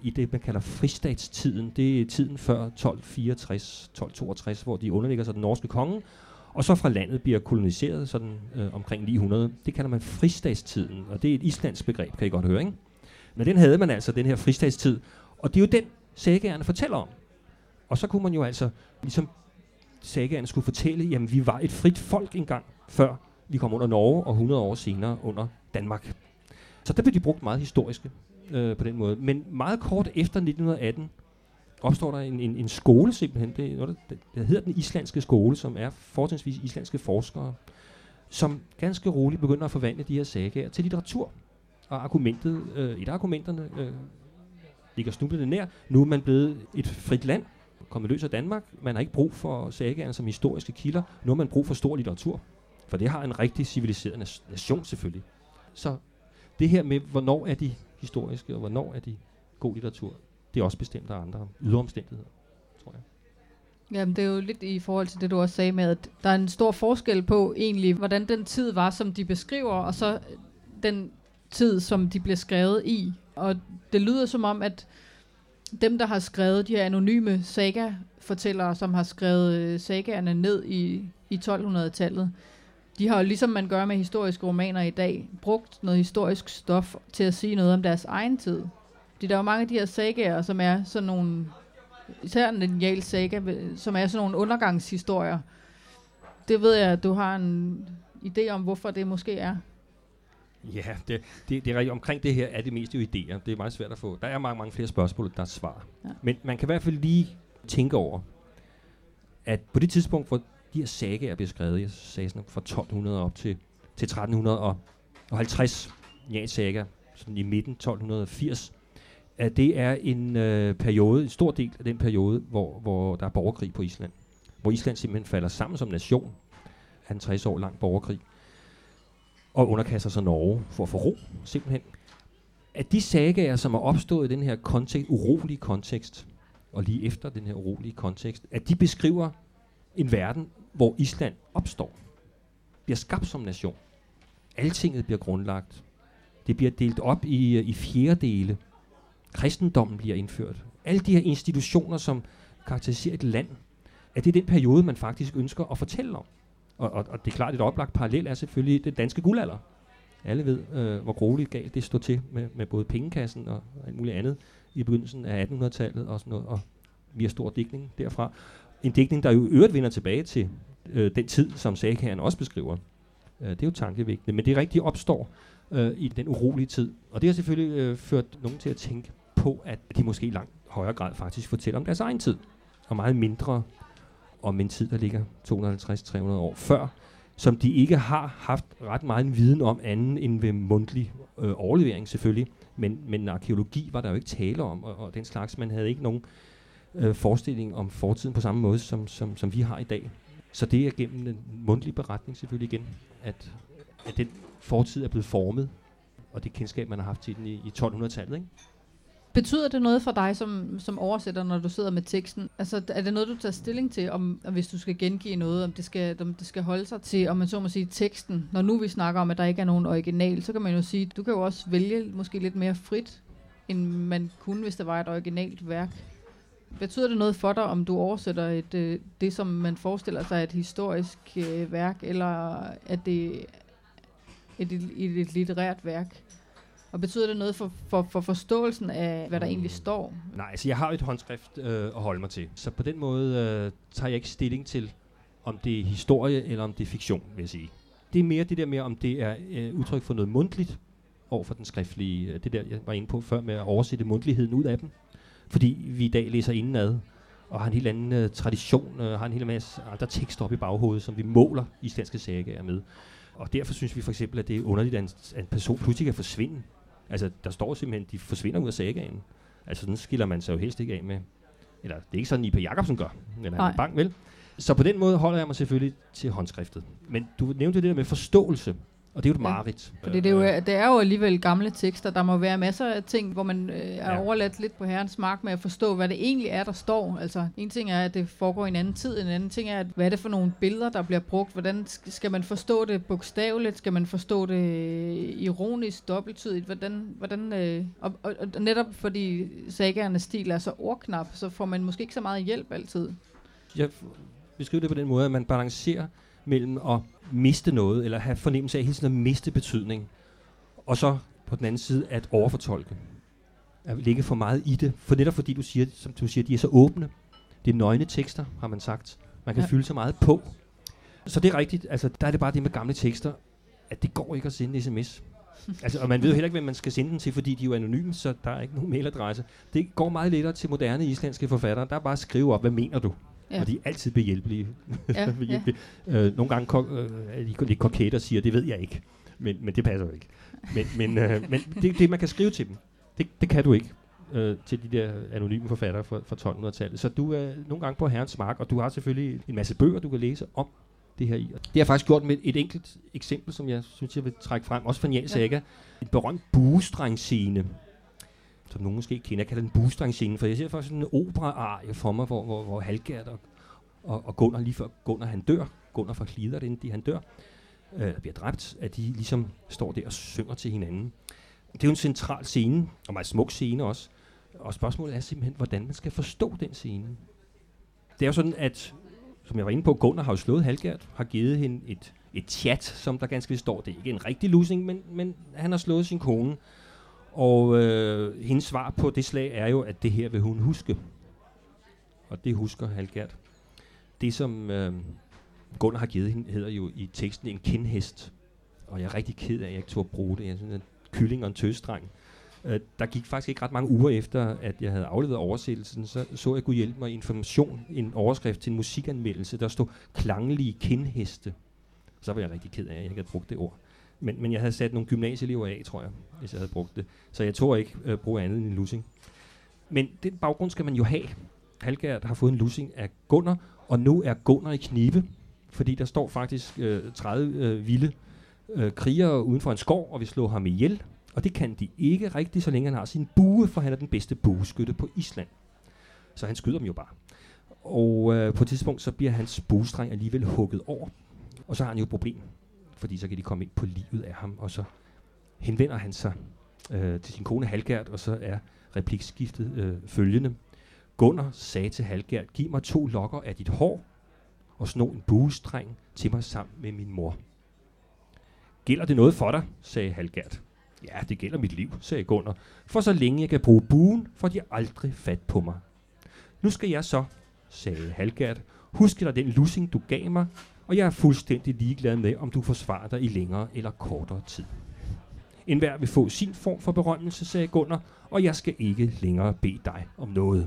i det, man kalder fristatstiden. Det er tiden før 1262, hvor de underlægger sig den norske konge, og så fra landet bliver koloniseret sådan omkring 900. Det kalder man fristatstiden, og det er et islandsk begreb, kan I godt høre, ikke? Men den havde man altså, den her fristatstid, og det er jo den, sagaerne fortæller om. Og så kunne man jo altså, ligesom sagaerne skulle fortælle, jamen vi var et frit folk engang, før vi kom under Norge, og 100 år senere under Danmark. Så der blev de brugt meget historiske på den måde. Men meget kort efter 1918 opstår der en skole simpelthen. Det er noget, der hedder den islandske skole, som er fortrinsvis islandske forskere, som ganske roligt begynder at forvandle de her sagaer til litteratur. Og argumentet, et af argumenterne ligger snublende nær. Nu er man blevet et frit land, kommet løs af Danmark. Man har ikke brug for sagaerne som historiske kilder. Nu har man brug for stor litteratur. For det har en rigtig civiliseret nation selvfølgelig. Så det her med, hvornår er de historiske, og hvornår er de god litteratur, det er også bestemt af andre ydre omstændigheder, tror jeg. Jamen, det er jo lidt i forhold til det, du også sagde med, at der er en stor forskel på egentlig, hvordan den tid var, som de beskriver, og så den tid, som de blev skrevet i. Og det lyder som om, at dem, der har skrevet de her anonyme saga-fortællere, som har skrevet sagaerne ned i 1200-tallet, de har jo, ligesom man gør med historiske romaner i dag, brugt noget historisk stof til at sige noget om deres egen tid. Der er jo mange af de her sagaer, som er sådan nogle, især en lineal saga, som er sådan nogle undergangshistorier. Det ved jeg, at du har en idé om, hvorfor det måske er. Ja, det er rigtigt. Omkring det her er det mest jo idéer. Det er meget svært at få. Der er mange flere spørgsmål, der er svar. Ja. Men man kan i hvert fald lige tænke over, at på det tidspunkt, hvor de her sagaer bliver skrevet, jeg sagde sådan fra 1200 op til 1350, ja, saga, sådan i midten 1280, at det er en periode, en stor del af den periode, hvor der er borgerkrig på Island. Hvor Island simpelthen falder sammen som nation af en 60 år lang borgerkrig, og underkaster sig Norge for at få ro, simpelthen. At de sagaer, som er opstået i den her urolige kontekst, og lige efter den her urolige kontekst, at de beskriver en verden, hvor Island opstår, bliver skabt som nation. Altinget bliver grundlagt. Det bliver delt op i fjerdedele. Kristendommen bliver indført. Alle de her institutioner, som karakteriserer et land, at det er den periode, man faktisk ønsker at fortælle om. Og det er klart, et oplagt parallel er selvfølgelig den danske guldalder. Alle ved, hvor grueligt galt det stod til med både pengekassen og alt muligt andet i begyndelsen af 1800-tallet og sådan noget, og vi har stor digtning derfra. En digtning, der jo øvrigt vender tilbage til den tid, som sagaerne også beskriver. Det er jo tankevækkende, men det rigtigt opstår i den urolige tid. Og det har selvfølgelig ført nogen til at tænke på, at de måske i langt højere grad faktisk fortæller om deres egen tid, og meget mindre om en tid, der ligger 250-300 år før, som de ikke har haft ret meget viden om anden end ved mundtlig overlevering selvfølgelig, men arkæologi var der jo ikke tale om, og den slags, man havde ikke nogen forestilling om fortiden på samme måde, som vi har i dag. Så det er gennem en mundtlig beretning selvfølgelig igen, at den fortid er blevet formet, og det kendskab, man har haft til den i 1200-tallet, ikke? Betyder det noget for dig som oversætter, når du sidder med teksten? Altså, er det noget, du tager stilling til, om hvis du skal gengive noget, om det skal holde sig til, om man så må sige, teksten? Når nu vi snakker om, at der ikke er nogen original, så kan man jo sige, du kan jo også vælge måske lidt mere frit, end man kunne, hvis der var et originalt værk. Betyder det noget for dig, om du oversætter det, som man forestiller sig, et historisk værk, eller er det et litterært værk? Og betyder det noget for forståelsen af, hvad der egentlig står? Nej, altså jeg har jo et håndskrift at holde mig til. Så på den måde tager jeg ikke stilling til, om det er historie eller om det er fiktion, vil jeg sige. Det er mere det der med, om det er udtryk for noget mundtligt over for den skriftlige. Det der, jeg var inde på før med at oversætte mundtligheden ud af dem. Fordi vi i dag læser indenad og har en helt anden tradition, har en hel masse andre tekster op i baghovedet, som vi måler islandske sagaer med. Og derfor synes vi for eksempel, at det er underligt, at en person pludselig kan forsvinde. Altså, der står simpelthen, de forsvinder ud af sagaen. Altså, sådan skiller man sig jo helst ikke af med. Eller, det er ikke sådan, J.P. Jacobsen gør. Eller han bang, vel? Så på den måde holder jeg mig selvfølgelig til håndskriftet. Men du nævnte det der med forståelse. Og det er jo et mareridt. Fordi det er jo alligevel gamle tekster. Der må være masser af ting, hvor man er overladt lidt på herrens mark med at forstå, hvad det egentlig er, der står. Altså, en ting er, at det foregår i en anden tid. En anden ting er, hvad er det for nogle billeder, der bliver brugt? Hvordan skal man forstå det bogstaveligt? Skal man forstå det ironisk, dobbelttydigt? Og netop fordi sagaernes stil er så ordknap, så får man måske ikke så meget hjælp altid. Jeg beskriver det på den måde, at man balancerer mellem at miste noget, eller have fornemmelse af hele tiden at miste betydning, og så på den anden side at overfortolke. At ligge for meget i det. For netop fordi du siger, som du siger, de er så åbne. Det er nøgne tekster, har man sagt. Man kan fylde så meget på. Så det er rigtigt. Altså, der er det bare det med gamle tekster, at det går ikke at sende en sms. Altså, og man ved jo heller ikke, hvem man skal sende den til, fordi de er jo anonyme, så der er ikke nogen mailadresse. Det går meget lettere til moderne islandske forfattere. Der er bare at skrive op, hvad mener du? Ja. Og de er altid behjælpelige. Ja, nogle gange er de lidt koketter og siger, det ved jeg ikke. Men det passer jo ikke. Men det, man kan skrive til dem, det kan du ikke til de der anonyme forfattere fra 1200-tallet. Så du er nogle gange på herrens mark, og du har selvfølgelig en masse bøger, du kan læse om det her i. Det har jeg faktisk gjort med et enkelt eksempel, som jeg synes, jeg vil trække frem. Også fra Njal Saga. En berømt buestrengsscene, som nogen måske kender. Jeg kalder den buestrengsscene, for jeg ser faktisk sådan en opera-arie for mig, hvor Halgard og Gunnar, lige før Gunnar han dør, Gunnar fra Klider, inden han dør, bliver dræbt, at de ligesom står der og synger til hinanden. Det er jo en central scene, og meget smuk scene også. Og spørgsmålet er simpelthen, hvordan man skal forstå den scene. Det er jo sådan, at, som jeg var inde på, Gunnar har jo slået Halgard, har givet hende et chat, som der ganske står. Det er ikke en rigtig lussing, men han har slået sin kone. Og hendes svar på det slag er jo, at det her vil hun huske. Og det husker Halgard. Det, som Gunnar har givet hende, hedder jo i teksten en kindhest. Og jeg er rigtig ked af, at jeg ikke turde bruge det. Jeg synes, en kylling og en tøsdreng. Der gik faktisk ikke ret mange uger efter, at jeg havde afleveret oversættelsen, så jeg kunne hjælpe mig Information, en overskrift til en musikanmeldelse, der stod klanglige kindheste. Så var jeg rigtig ked af, at jeg ikke havde brugt det ord. Men jeg havde sat nogle gymnasieelever af, tror jeg, hvis jeg havde brugt det. Så jeg tror ikke bruge andet end en lussing. Men den baggrund skal man jo have. Halgard har fået en lussing af Gunnar, og nu er Gunnar i knibe, fordi der står faktisk 30 vilde krigere uden for en skov, og vil slå ham ihjel. Og det kan de ikke rigtigt, så længe han har sin bue, for han er den bedste bueskytte på Island. Så han skyder dem jo bare. Og på et tidspunkt, så bliver hans buestreng alligevel hugget over. Og så har han jo et problem, fordi så kan de komme ind på livet af ham, og så henvender han sig til sin kone Halgard, og så er replikskiftet følgende. Gunnar sagde til Halgard, giv mig 2 lokker af dit hår, og sno en buestreng til mig sammen med min mor. Gælder det noget for dig, sagde Halgard. Ja, det gælder mit liv, sagde Gunnar, for så længe jeg kan bruge buen, får de aldrig fat på mig. Nu skal jeg så, sagde Halgard, huske dig den lussing, du gav mig, og jeg er fuldstændig ligeglad med, om du forsvarer dig i længere eller kortere tid. Enhver vil få sin form for berømmelse, sagde Gunnar, og jeg skal ikke længere bede dig om noget.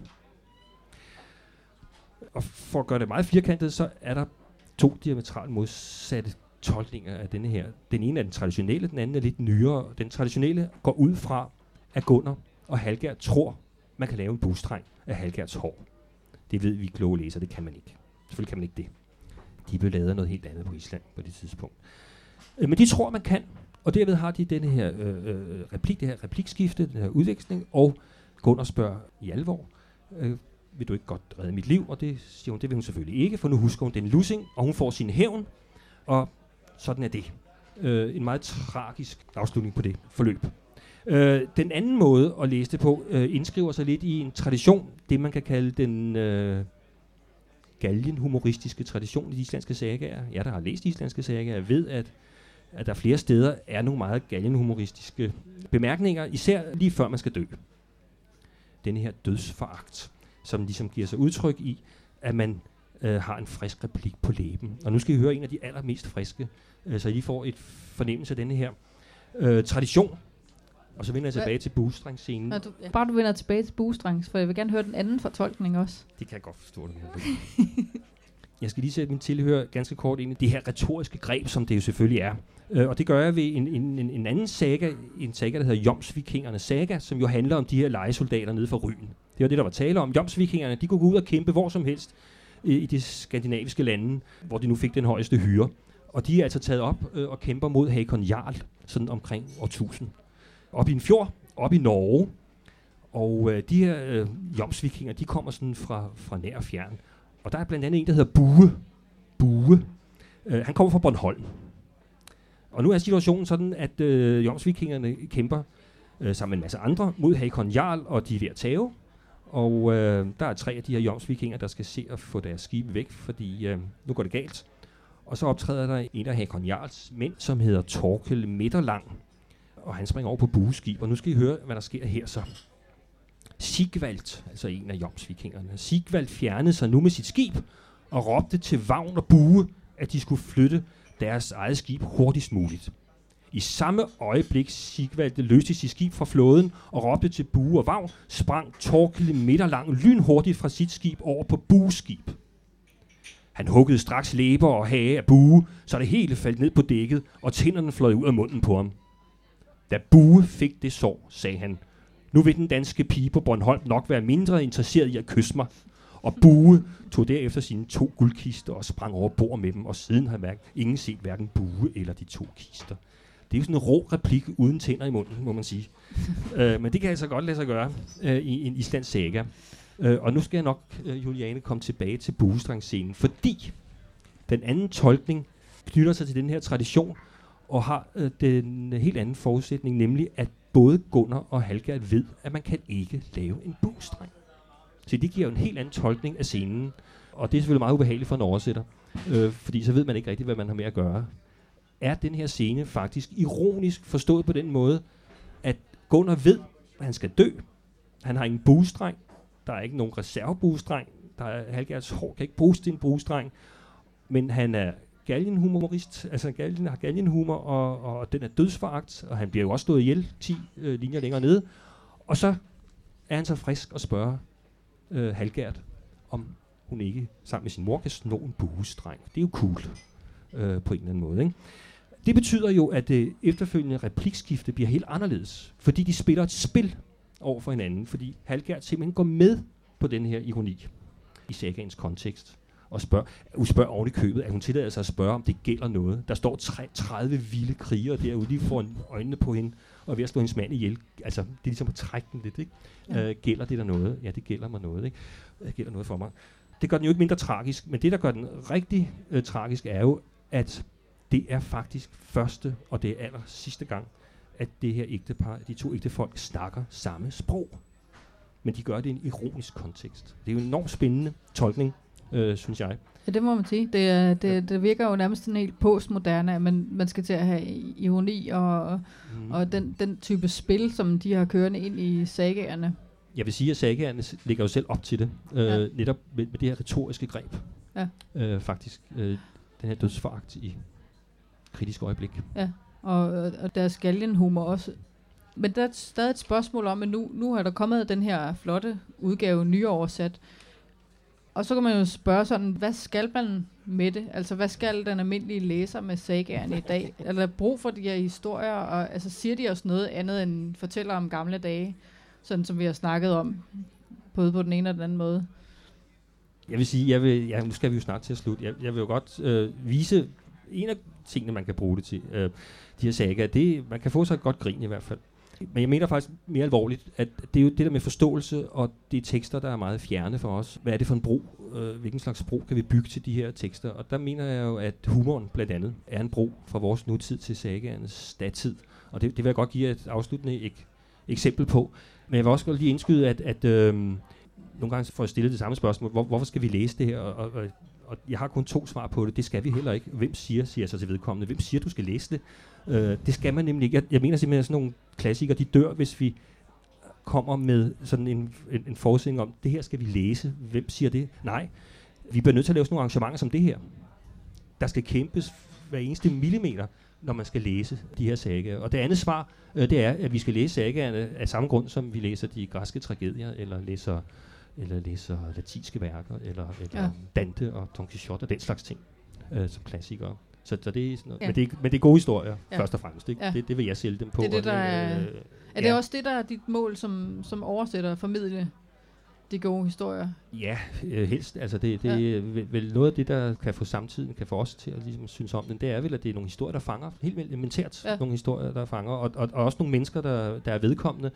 Og for at gøre det meget firkantet, så er der 2 diametralt modsatte tolkninger af denne her. Den ene er den traditionelle, den anden er lidt nyere. Den traditionelle går ud fra, at Gunnar og Halgard tror, man kan lave en buestreng af Halgards hår. Det ved vi kloge læsere, det kan man ikke. Selvfølgelig kan man ikke det. De blev lavet noget helt andet på Island på det tidspunkt. Men de tror, man kan, og derved har de denne her replik, det her replikskifte, den her udveksling, og Gunnar spørger i alvor, vil du ikke godt redde mit liv? Og det siger hun, det vil hun selvfølgelig ikke, for nu husker hun den lussing, og hun får sin hævn, og sådan er det. En meget tragisk afslutning på det forløb. Den anden måde at læse det på, indskriver sig lidt i en tradition, det man kan kalde den galgenhumoristiske tradition i de islandske sagaer. Jeg, der har læst islandske sagaer, ved, at der flere steder er nogle meget galgenhumoristiske bemærkninger, især lige før man skal dø. Denne her dødsforagt, som ligesom giver sig udtryk i, at man har en frisk replik på læben. Og nu skal I høre en af de allermest friske, så I får et fornemmelse af denne her tradition. Og så vender jeg tilbage til buestrengsscenen. Bare du vender tilbage til buestrengs, for jeg vil gerne høre den anden fortolkning også. Det kan jeg godt forstå. Jeg skal lige sætte min tilhør ganske kort ind i det her retoriske greb, som det jo selvfølgelig er. Og det gør jeg ved en anden saga, en saga, der hedder Jomsvikingernes saga, som jo handler om de her lejesoldater nede for Ryen. Det var det, der var tale om. Jomsvikingerne, de kunne gå ud og kæmpe hvor som helst i de skandinaviske lande, hvor de nu fik den højeste hyre. Og de er altså taget op og kæmper mod Hakon Jarl, sådan omkring år 1000. Op i en fjord, op i Norge. Og de her jomsvikinger, de kommer sådan fra nær og fjern. Og der er blandt andet en, der hedder Bue. Han kommer fra Bornholm. Og nu er situationen sådan, at jomsvikingerne kæmper sammen med en masse andre mod Hakon Jarl, og de er ved at tage. Og der er 3 af de her jomsvikinger, der skal se at få deres skibe væk, fordi nu går det galt. Og så optræder der en af Hakon Jarls mænd, som hedder Torkel Midterlang. Og han springer over på bueskib, og nu skal I høre, hvad der sker her så. Sigvald, altså en af jomsvikingerne, Sigvald fjernede sig nu med sit skib og råbte til Vagn og Bue, at de skulle flytte deres eget skib hurtigst muligt. I samme øjeblik Sigvald løste sit skib fra flåden og råbte til Bue og Vagn, sprang Torkel Midterlang lynhurtigt fra sit skib over på Bues skib. Han huggede straks læber og hage af Bue, så det hele faldt ned på dækket, og tænderne fløj ud af munden på ham. Da Bue fik det sår, sagde han, nu vil den danske pige på Bornholm nok være mindre interesseret i at kysse mig. Og Bue tog derefter sine 2 guldkister og sprang over bord med dem, og siden har ingen set hverken Bue eller de 2 kister. Det er jo sådan en rå replik uden tænder i munden, må man sige. Men det kan altså godt lade sig gøre i en islandsk saga. Og nu skal jeg nok, Juliane, komme tilbage til buestrangsscenen, fordi den anden tolkning knytter sig til den her tradition, og har den helt anden forudsætning, nemlig at både Gunnar og Halgard ved, at man kan ikke lave en buestreng. Så det giver jo en helt anden tolkning af scenen, og det er selvfølgelig meget ubehageligt for en oversætter, fordi så ved man ikke rigtigt, hvad man har med at gøre. Er den her scene faktisk ironisk forstået på den måde, at Gunnar ved, at han skal dø. Han har ingen buestreng. Der er ikke nogen reservebuestreng. Halgards hår kan ikke bruges til en buestreng. Men han er galgenhumorist. Altså Galgen har galgenhumor, og den er dødsforagt. Og han bliver jo også slået ihjel 10 linjer længere nede. Og så er han så frisk og spørger Halgard, om hun ikke sammen med sin mor kan snå en buestreng. Det er jo cool på en eller anden måde, ikke? Det betyder jo, at det efterfølgende replikskifte bliver helt anderledes, fordi de spiller et spil over for hinanden, fordi Halgard simpelthen går med på den her ironi i sagaens kontekst, og spørger oven i købet, at hun tillader sig at spørge, om det gælder noget. Der står 30 vilde krigere derude, de får øjnene på hende, og er ved at slå hendes mand ihjel. Altså, det er ligesom at trække den lidt, ikke? Ja. Gælder det der noget? Ja, det gælder mig noget, ikke? Det gælder noget for mig. Det gør den jo ikke mindre tragisk, men det, der gør den rigtig tragisk, er jo, at det er faktisk første, og det er aller sidste gang, at det her ægtepar, de 2 ægtefolk, snakker samme sprog. Men de gør det i en ironisk kontekst. Det er jo en enormt spændende tolkning, synes jeg. Ja, det må man sige. Det virker jo nærmest sådan helt postmoderne, at man skal til at have ironi og den type spil, som de har kørende ind i sagaerne. Jeg vil sige, at sagaerne ligger jo selv op til det. Netop med det her retoriske greb. Ja. Faktisk. Den her dødsforagt i kritisk øjeblik. Ja, og deres galgenhumor også. Men der er stadig et spørgsmål om, at nu er der kommet den her flotte udgave nyoversat. Og så kan man jo spørge sådan, hvad skal man med det? Altså, hvad skal den almindelige læser med sagaerne i dag? Er der brug for de her historier? Og altså, siger de os noget andet end fortæller om gamle dage? Sådan som vi har snakket om, både på den ene og den anden måde. Jeg vil sige, nu skal vi jo snart til at slutte. Jeg vil jo godt vise en af tingene, man kan bruge det til. De her sagaer, man kan få sig et godt grin i hvert fald. Men jeg mener faktisk mere alvorligt, at det er jo det der med forståelse, og det er tekster, der er meget fjerne for os. Hvad er det for en bro? Hvilken slags bro kan vi bygge til de her tekster? Og der mener jeg jo, at humoren blandt andet er en bro fra vores nutid til sagaernes datid. Og det vil jeg godt give et afsluttende eksempel på. Men jeg vil også godt lige indskyde, at nogle gange får jeg stillet det samme spørgsmål. Hvorfor skal vi læse det her? Og jeg har kun 2 svar på det. Det skal vi heller ikke. Hvem siger jeg så til vedkommende? Hvem siger, du skal læse det? Det skal man nemlig ikke. Jeg mener simpelthen, at sådan nogle klassikere, de dør, hvis vi kommer med sådan en forudsætning om, det her skal vi læse. Hvem siger det? Nej. Vi bliver nødt til at lave sådan nogle arrangementer som det her. Der skal kæmpes hver eneste millimeter, når man skal læse de her sagaer. Og det andet svar, det er, at vi skal læse sagaerne af samme grund, som vi læser de græske tragedier, eller læser latinske værker, eller Dante og Don Quixote og den slags ting, som klassikere. Så det er sådan noget. Men det er gode historier, først og fremmest. Ikke? Ja. Det vil jeg sælge dem på. Det er det, der er det også det, der er dit mål som oversætter at formidle de gode historier? Ja, helst. Altså det er vel noget af det, der kan få samtiden, kan få os til at ligesom synes om den. Det er vel, at det er nogle historier, der fanger. Helt elementært nogle historier, der fanger. Og også nogle mennesker, der er vedkommende.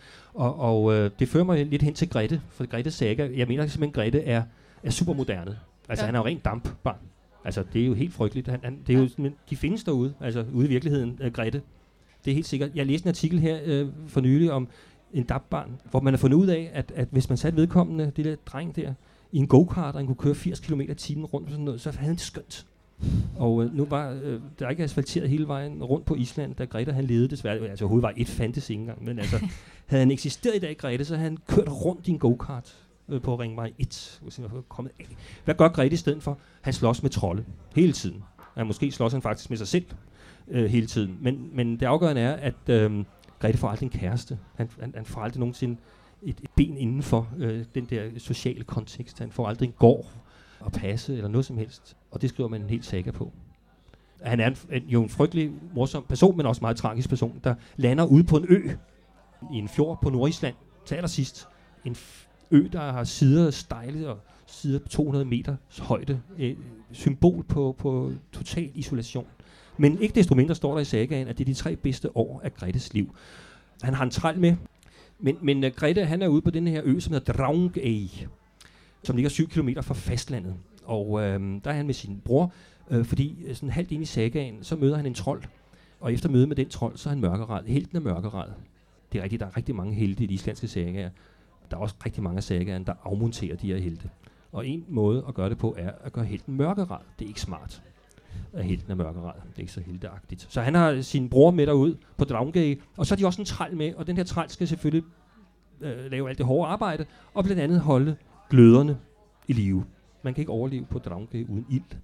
Og det fører mig lidt hen til Grete. For Gretes saga, jeg mener simpelthen, Grete er supermoderne. Altså han er jo rent dampbarn. Altså det er jo helt frygteligt. Det er jo, de findes derude, altså ude i virkeligheden, Grete. Det er helt sikkert. Jeg læste en artikel her for nylig om en dampbarn, hvor man har fundet ud af, at hvis man satte vedkommende, det der dreng der, i en go-kart, og han kunne køre 80 km/t rundt og sådan noget, så havde han det skønt. Og nu var der ikke asfalteret hele vejen rundt på Island, da Grete han levede desværre. Altså hovedvej 1 fandtes ikke engang, men altså havde han eksisteret i dag, Grete, så havde han kørt rundt i en go-kart på ringvej 1. Hvad gør Grete i stedet for? Han slås med trolde hele tiden. Måske slås han faktisk med sig selv hele tiden. Men det afgørende er, at Grete får aldrig en kæreste. Han får aldrig nogensinde et ben inden for den der sociale kontekst. Han får aldrig en gård at passe eller noget som helst. Og det skriver man en helt saga på. Han er jo en frygtelig morsom person, men også en meget tragisk person, der lander ude på en ø i en fjord på Nordisland til allersidst. En ø, der har sider stejle og sider på 200 meters højde. Symbol på total isolation. Men ikke desto mindre står der i sagaen, at det er de 3 bedste år af Gretes liv. Han har en træl med, men Grete han er ude på den her ø, som hedder Drangey, som ligger 7 kilometer fra fastlandet. Og der er han med sin bror, fordi sådan halvt ind i sagaen, så møder han en trold. Og efter møde med den trold, så er han mørkeræd. Helten er mørkeræd. Det er rigtigt, der er rigtig mange helte i de islandske sagaer. Der er også rigtig mange af sagaerne, der afmonterer de her helte. Og en måde at gøre det på, er at gøre helten mørkeræd. Det er ikke smart, at helten er mørkeræd. Det er ikke så helteagtigt. Så han har sin bror med derud på Drangey, og så har de også en træl med, og den her træl skal selvfølgelig lave alt det hårde arbejde, og blandt andet holde gløderne i live. Man kan ikke overleve på Drangey uden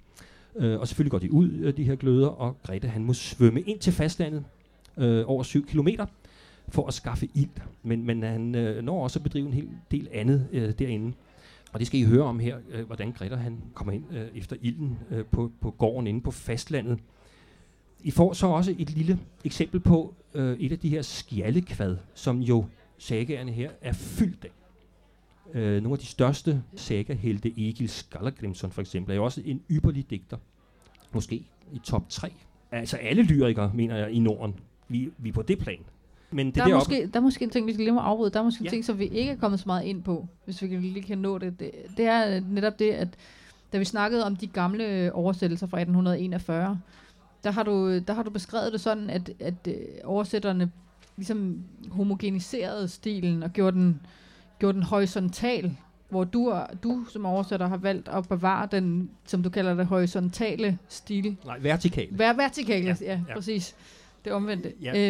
ild. Og selvfølgelig går de ud, de her gløder, og Grete han må svømme ind til fastlandet over 7 kilometer for at skaffe ild. Men han når også at bedrive en hel del andet derinde. Og det skal I høre om her, hvordan Grete han kommer ind efter ilden på gården inde på fastlandet. I får så også et lille eksempel på et af de her skjaldekvad, som jo sagaerne her er fyldt af. Nogle af de største sagahelte, Egil Skallagrimson for eksempel, er jo også en ypperlig digter. Måske i top 3. Altså alle lyrikere, mener jeg, i Norden. Vi er på det plan. Men det der er måske en ting, vi skal lige afbryde. Der er måske en ting, som vi ikke er kommet så meget ind på, hvis vi lige kan nå det. Det er netop det, at da vi snakkede om de gamle oversættelser fra 1841, der har du beskrevet det sådan, at oversætterne ligesom homogeniserede stilen og gjorde den horisontal, hvor du som oversætter har valgt at bevare den, som du kalder det, horisontale stil. Nej, vertikal. Vertikale, ja, præcis. Det omvendte.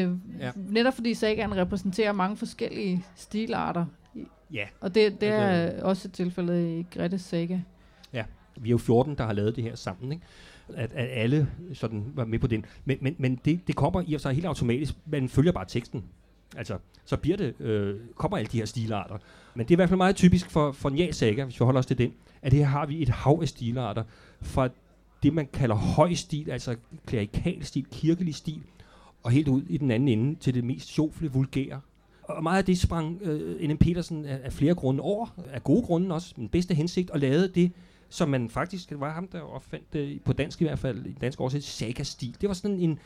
Netop fordi sagaen repræsenterer mange forskellige stilarter. Ja. Og det er også tilfældet i Gretes saga. Ja, vi er jo 14, der har lavet det her sammen, ikke? At alle sådan var med på den. Men det kommer i og for sig helt automatisk. Man følger bare teksten. Altså, så bliver det, kommer alle de her stilarter. Men det er i hvert fald meget typisk for Njál saga, hvis vi holder os til den, at her har vi et hav af stilarter. Fra det, man kalder høj stil, altså klerikal stil, kirkelig stil, og helt ud i den anden ende til det mest sjofle, vulgære. Og meget af det sprang N.M. Petersen af flere grunde over, af gode grunde også, men bedste hensigt, og lavede det, som man faktisk, det var ham, der opfandt på dansk i hvert fald, i dansk oversættelse, saga-stil. Det var sådan en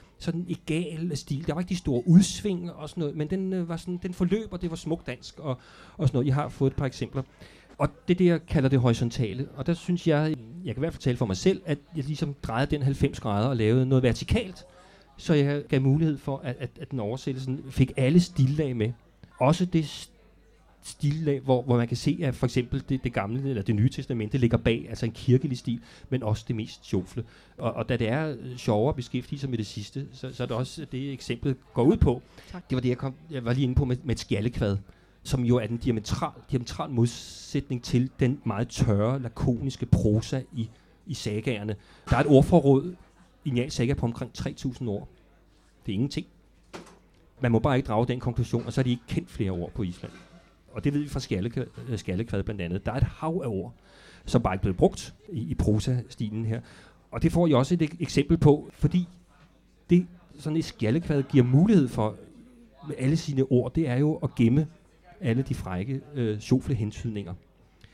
egal stil. Der var ikke de store udsving og sådan noget, men den forløb, og det var smuk dansk og sådan noget. Jeg har fået et par eksempler. Og det der kalder det horisontale, og der synes jeg kan i hvert fald tale for mig selv, at jeg ligesom drejede den 90 grader og lavede noget vertikalt, så jeg gav mulighed for, at den oversættelsen fik alle stillag med. Også det stillag, hvor man kan se, at for eksempel det gamle eller det nye testamente ligger bag, altså en kirkelig stil, men også det mest sjofle. Og da det er sjovere at beskæftige sig med det sidste, så er det også det eksemplet går ud på. Tak. Det var det, jeg var lige inde på med et skjaldekvad, som jo er den diametral modsætning til den meget tørre, lakoniske prosa i sagaerne. Der er et ordforråd i Njál saga på omkring 3.000 ord. Det er ingenting. Man må bare ikke drage den konklusion, og så er de ikke kendt flere ord på Island. Og det ved vi fra skjaldekvad blandt andet. Der er et hav af ord, som bare ikke blevet brugt i prosa-stilen her. Og det får jeg også et eksempel på, fordi det sådan et skjaldekvad giver mulighed for med alle sine ord, det er jo at gemme alle de frække sjofle hentydninger.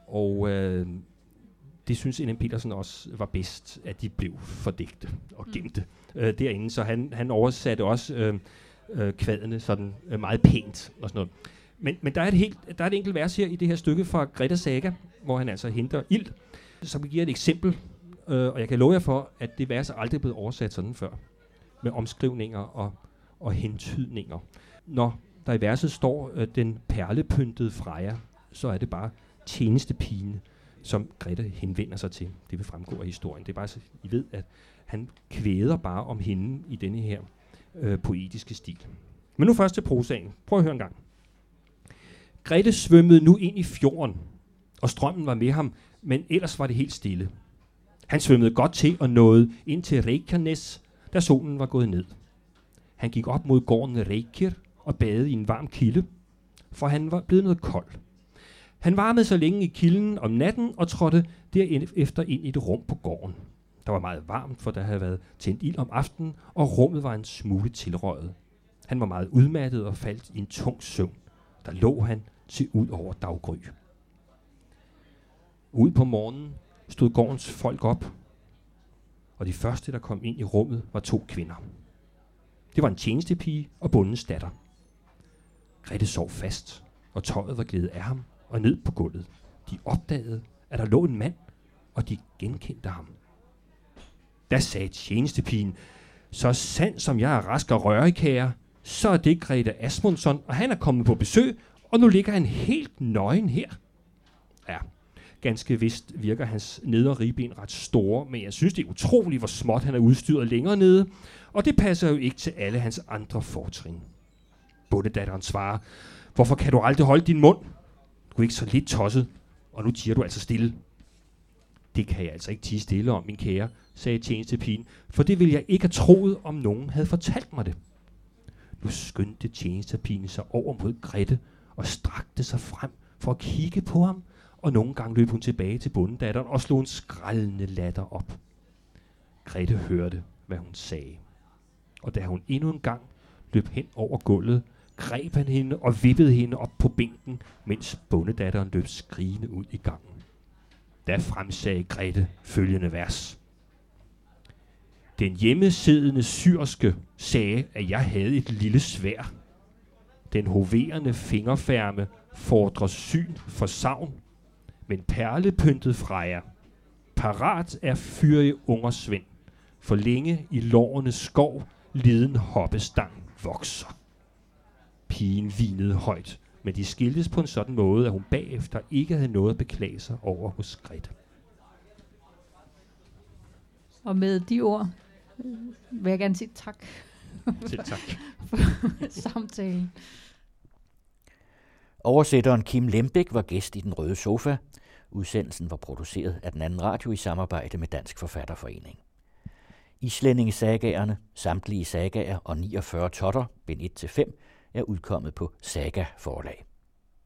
Og det synes N.M. Petersen også var bedst, at de blev fordækte og gemte derinde. Så han oversatte også kvadene sådan meget pænt og sådan noget. Men der er et enkelt vers her i det her stykke fra Grethe Saga, hvor han altså henter ild, som giver et eksempel, og jeg kan love jer for, at det vers er aldrig blevet oversat sådan før, med omskrivninger og hentydninger. Når der i verset står den perlepyntede Freja, så er det bare tjenestepigen, som Grethe henvender sig til. Det vil fremgå af historien. Det er bare så, I ved, at han kvæder bare om hende i denne her poetiske stil. Men nu først til prosaen. Prøv at høre en gang. Grethe svømmede nu ind i fjorden, og strømmen var med ham, men ellers var det helt stille. Han svømmede godt til og nåede ind til Reykjanes, da solen var gået ned. Han gik op mod gården Reykjir og badede i en varm kilde, for han var blevet noget kold. Han varmede så længe i kilden om natten og trådte derefter ind i et rum på gården. Der var meget varmt, for der havde været tændt ild om aftenen, og rummet var en smule tilrøget. Han var meget udmattet og faldt i en tung søvn. Der lå han til ud over daggry. Ud på morgenen stod gårdens folk op, og de første, der kom ind i rummet, var 2 kvinder. Det var en tjenestepige og bondens datter. Grethe sov fast, og tøjet var gledet af ham og ned på gulvet. De opdagede, at der lå en mand, og de genkendte ham. Da sagde tjenestepigen, så sandt som jeg er rask og rørekager, så er det Grethe Asmundsson, og han er kommet på besøg, og nu ligger han helt nøgen her. Ja, ganske vist virker hans neder ribben ret store, men jeg synes, det er utroligt, hvor småt han er udstyret længere nede, og det passer jo ikke til alle hans andre fortrin. Bondedatteren svarer, hvorfor kan du aldrig holde din mund? Du er ikke så lidt tosset, og nu tiger du altså stille. Det kan jeg altså ikke tie stille om, min kære, sagde tjenestepigen, for det ville jeg ikke have troet, om nogen havde fortalt mig det. Nu skyndte tjenestepigen sig over mod Grethe og strakte sig frem for at kigge på ham, og nogle gange løb hun tilbage til bondedatteren og slog en skrællende latter op. Grethe hørte, hvad hun sagde, og da hun endnu en gang løb hen over gulvet, greb han hende og vippede hende op på bænken, mens bondedatteren løb skrigende ud i gangen. Da fremsagde Grethe følgende vers. Den hjemmesiddende syrske sagde, at jeg havde et lille sværd. Den hoverende fingerfærme fordrer syn for savn, men perlepyntet Freja, parat er fyrig ungersvend, for længe i lårenes skov liden hoppestang vokser. Pigen hvinede højt, men de skiltes på en sådan måde, at hun bagefter ikke havde noget at beklage sig over hos Grethe. Og med de ord vil jeg gerne sige tak. Selv tak. For samtalen. Oversætteren Kim Lembæk var gæst i Den Røde Sofa. Udsendelsen var produceret af Den Anden Radio i samarbejde med Dansk Forfatterforening. Islændingesagaerne, samtlige sagaer og 49 totter, bind 1-5, er udkommet på Saga Forlag.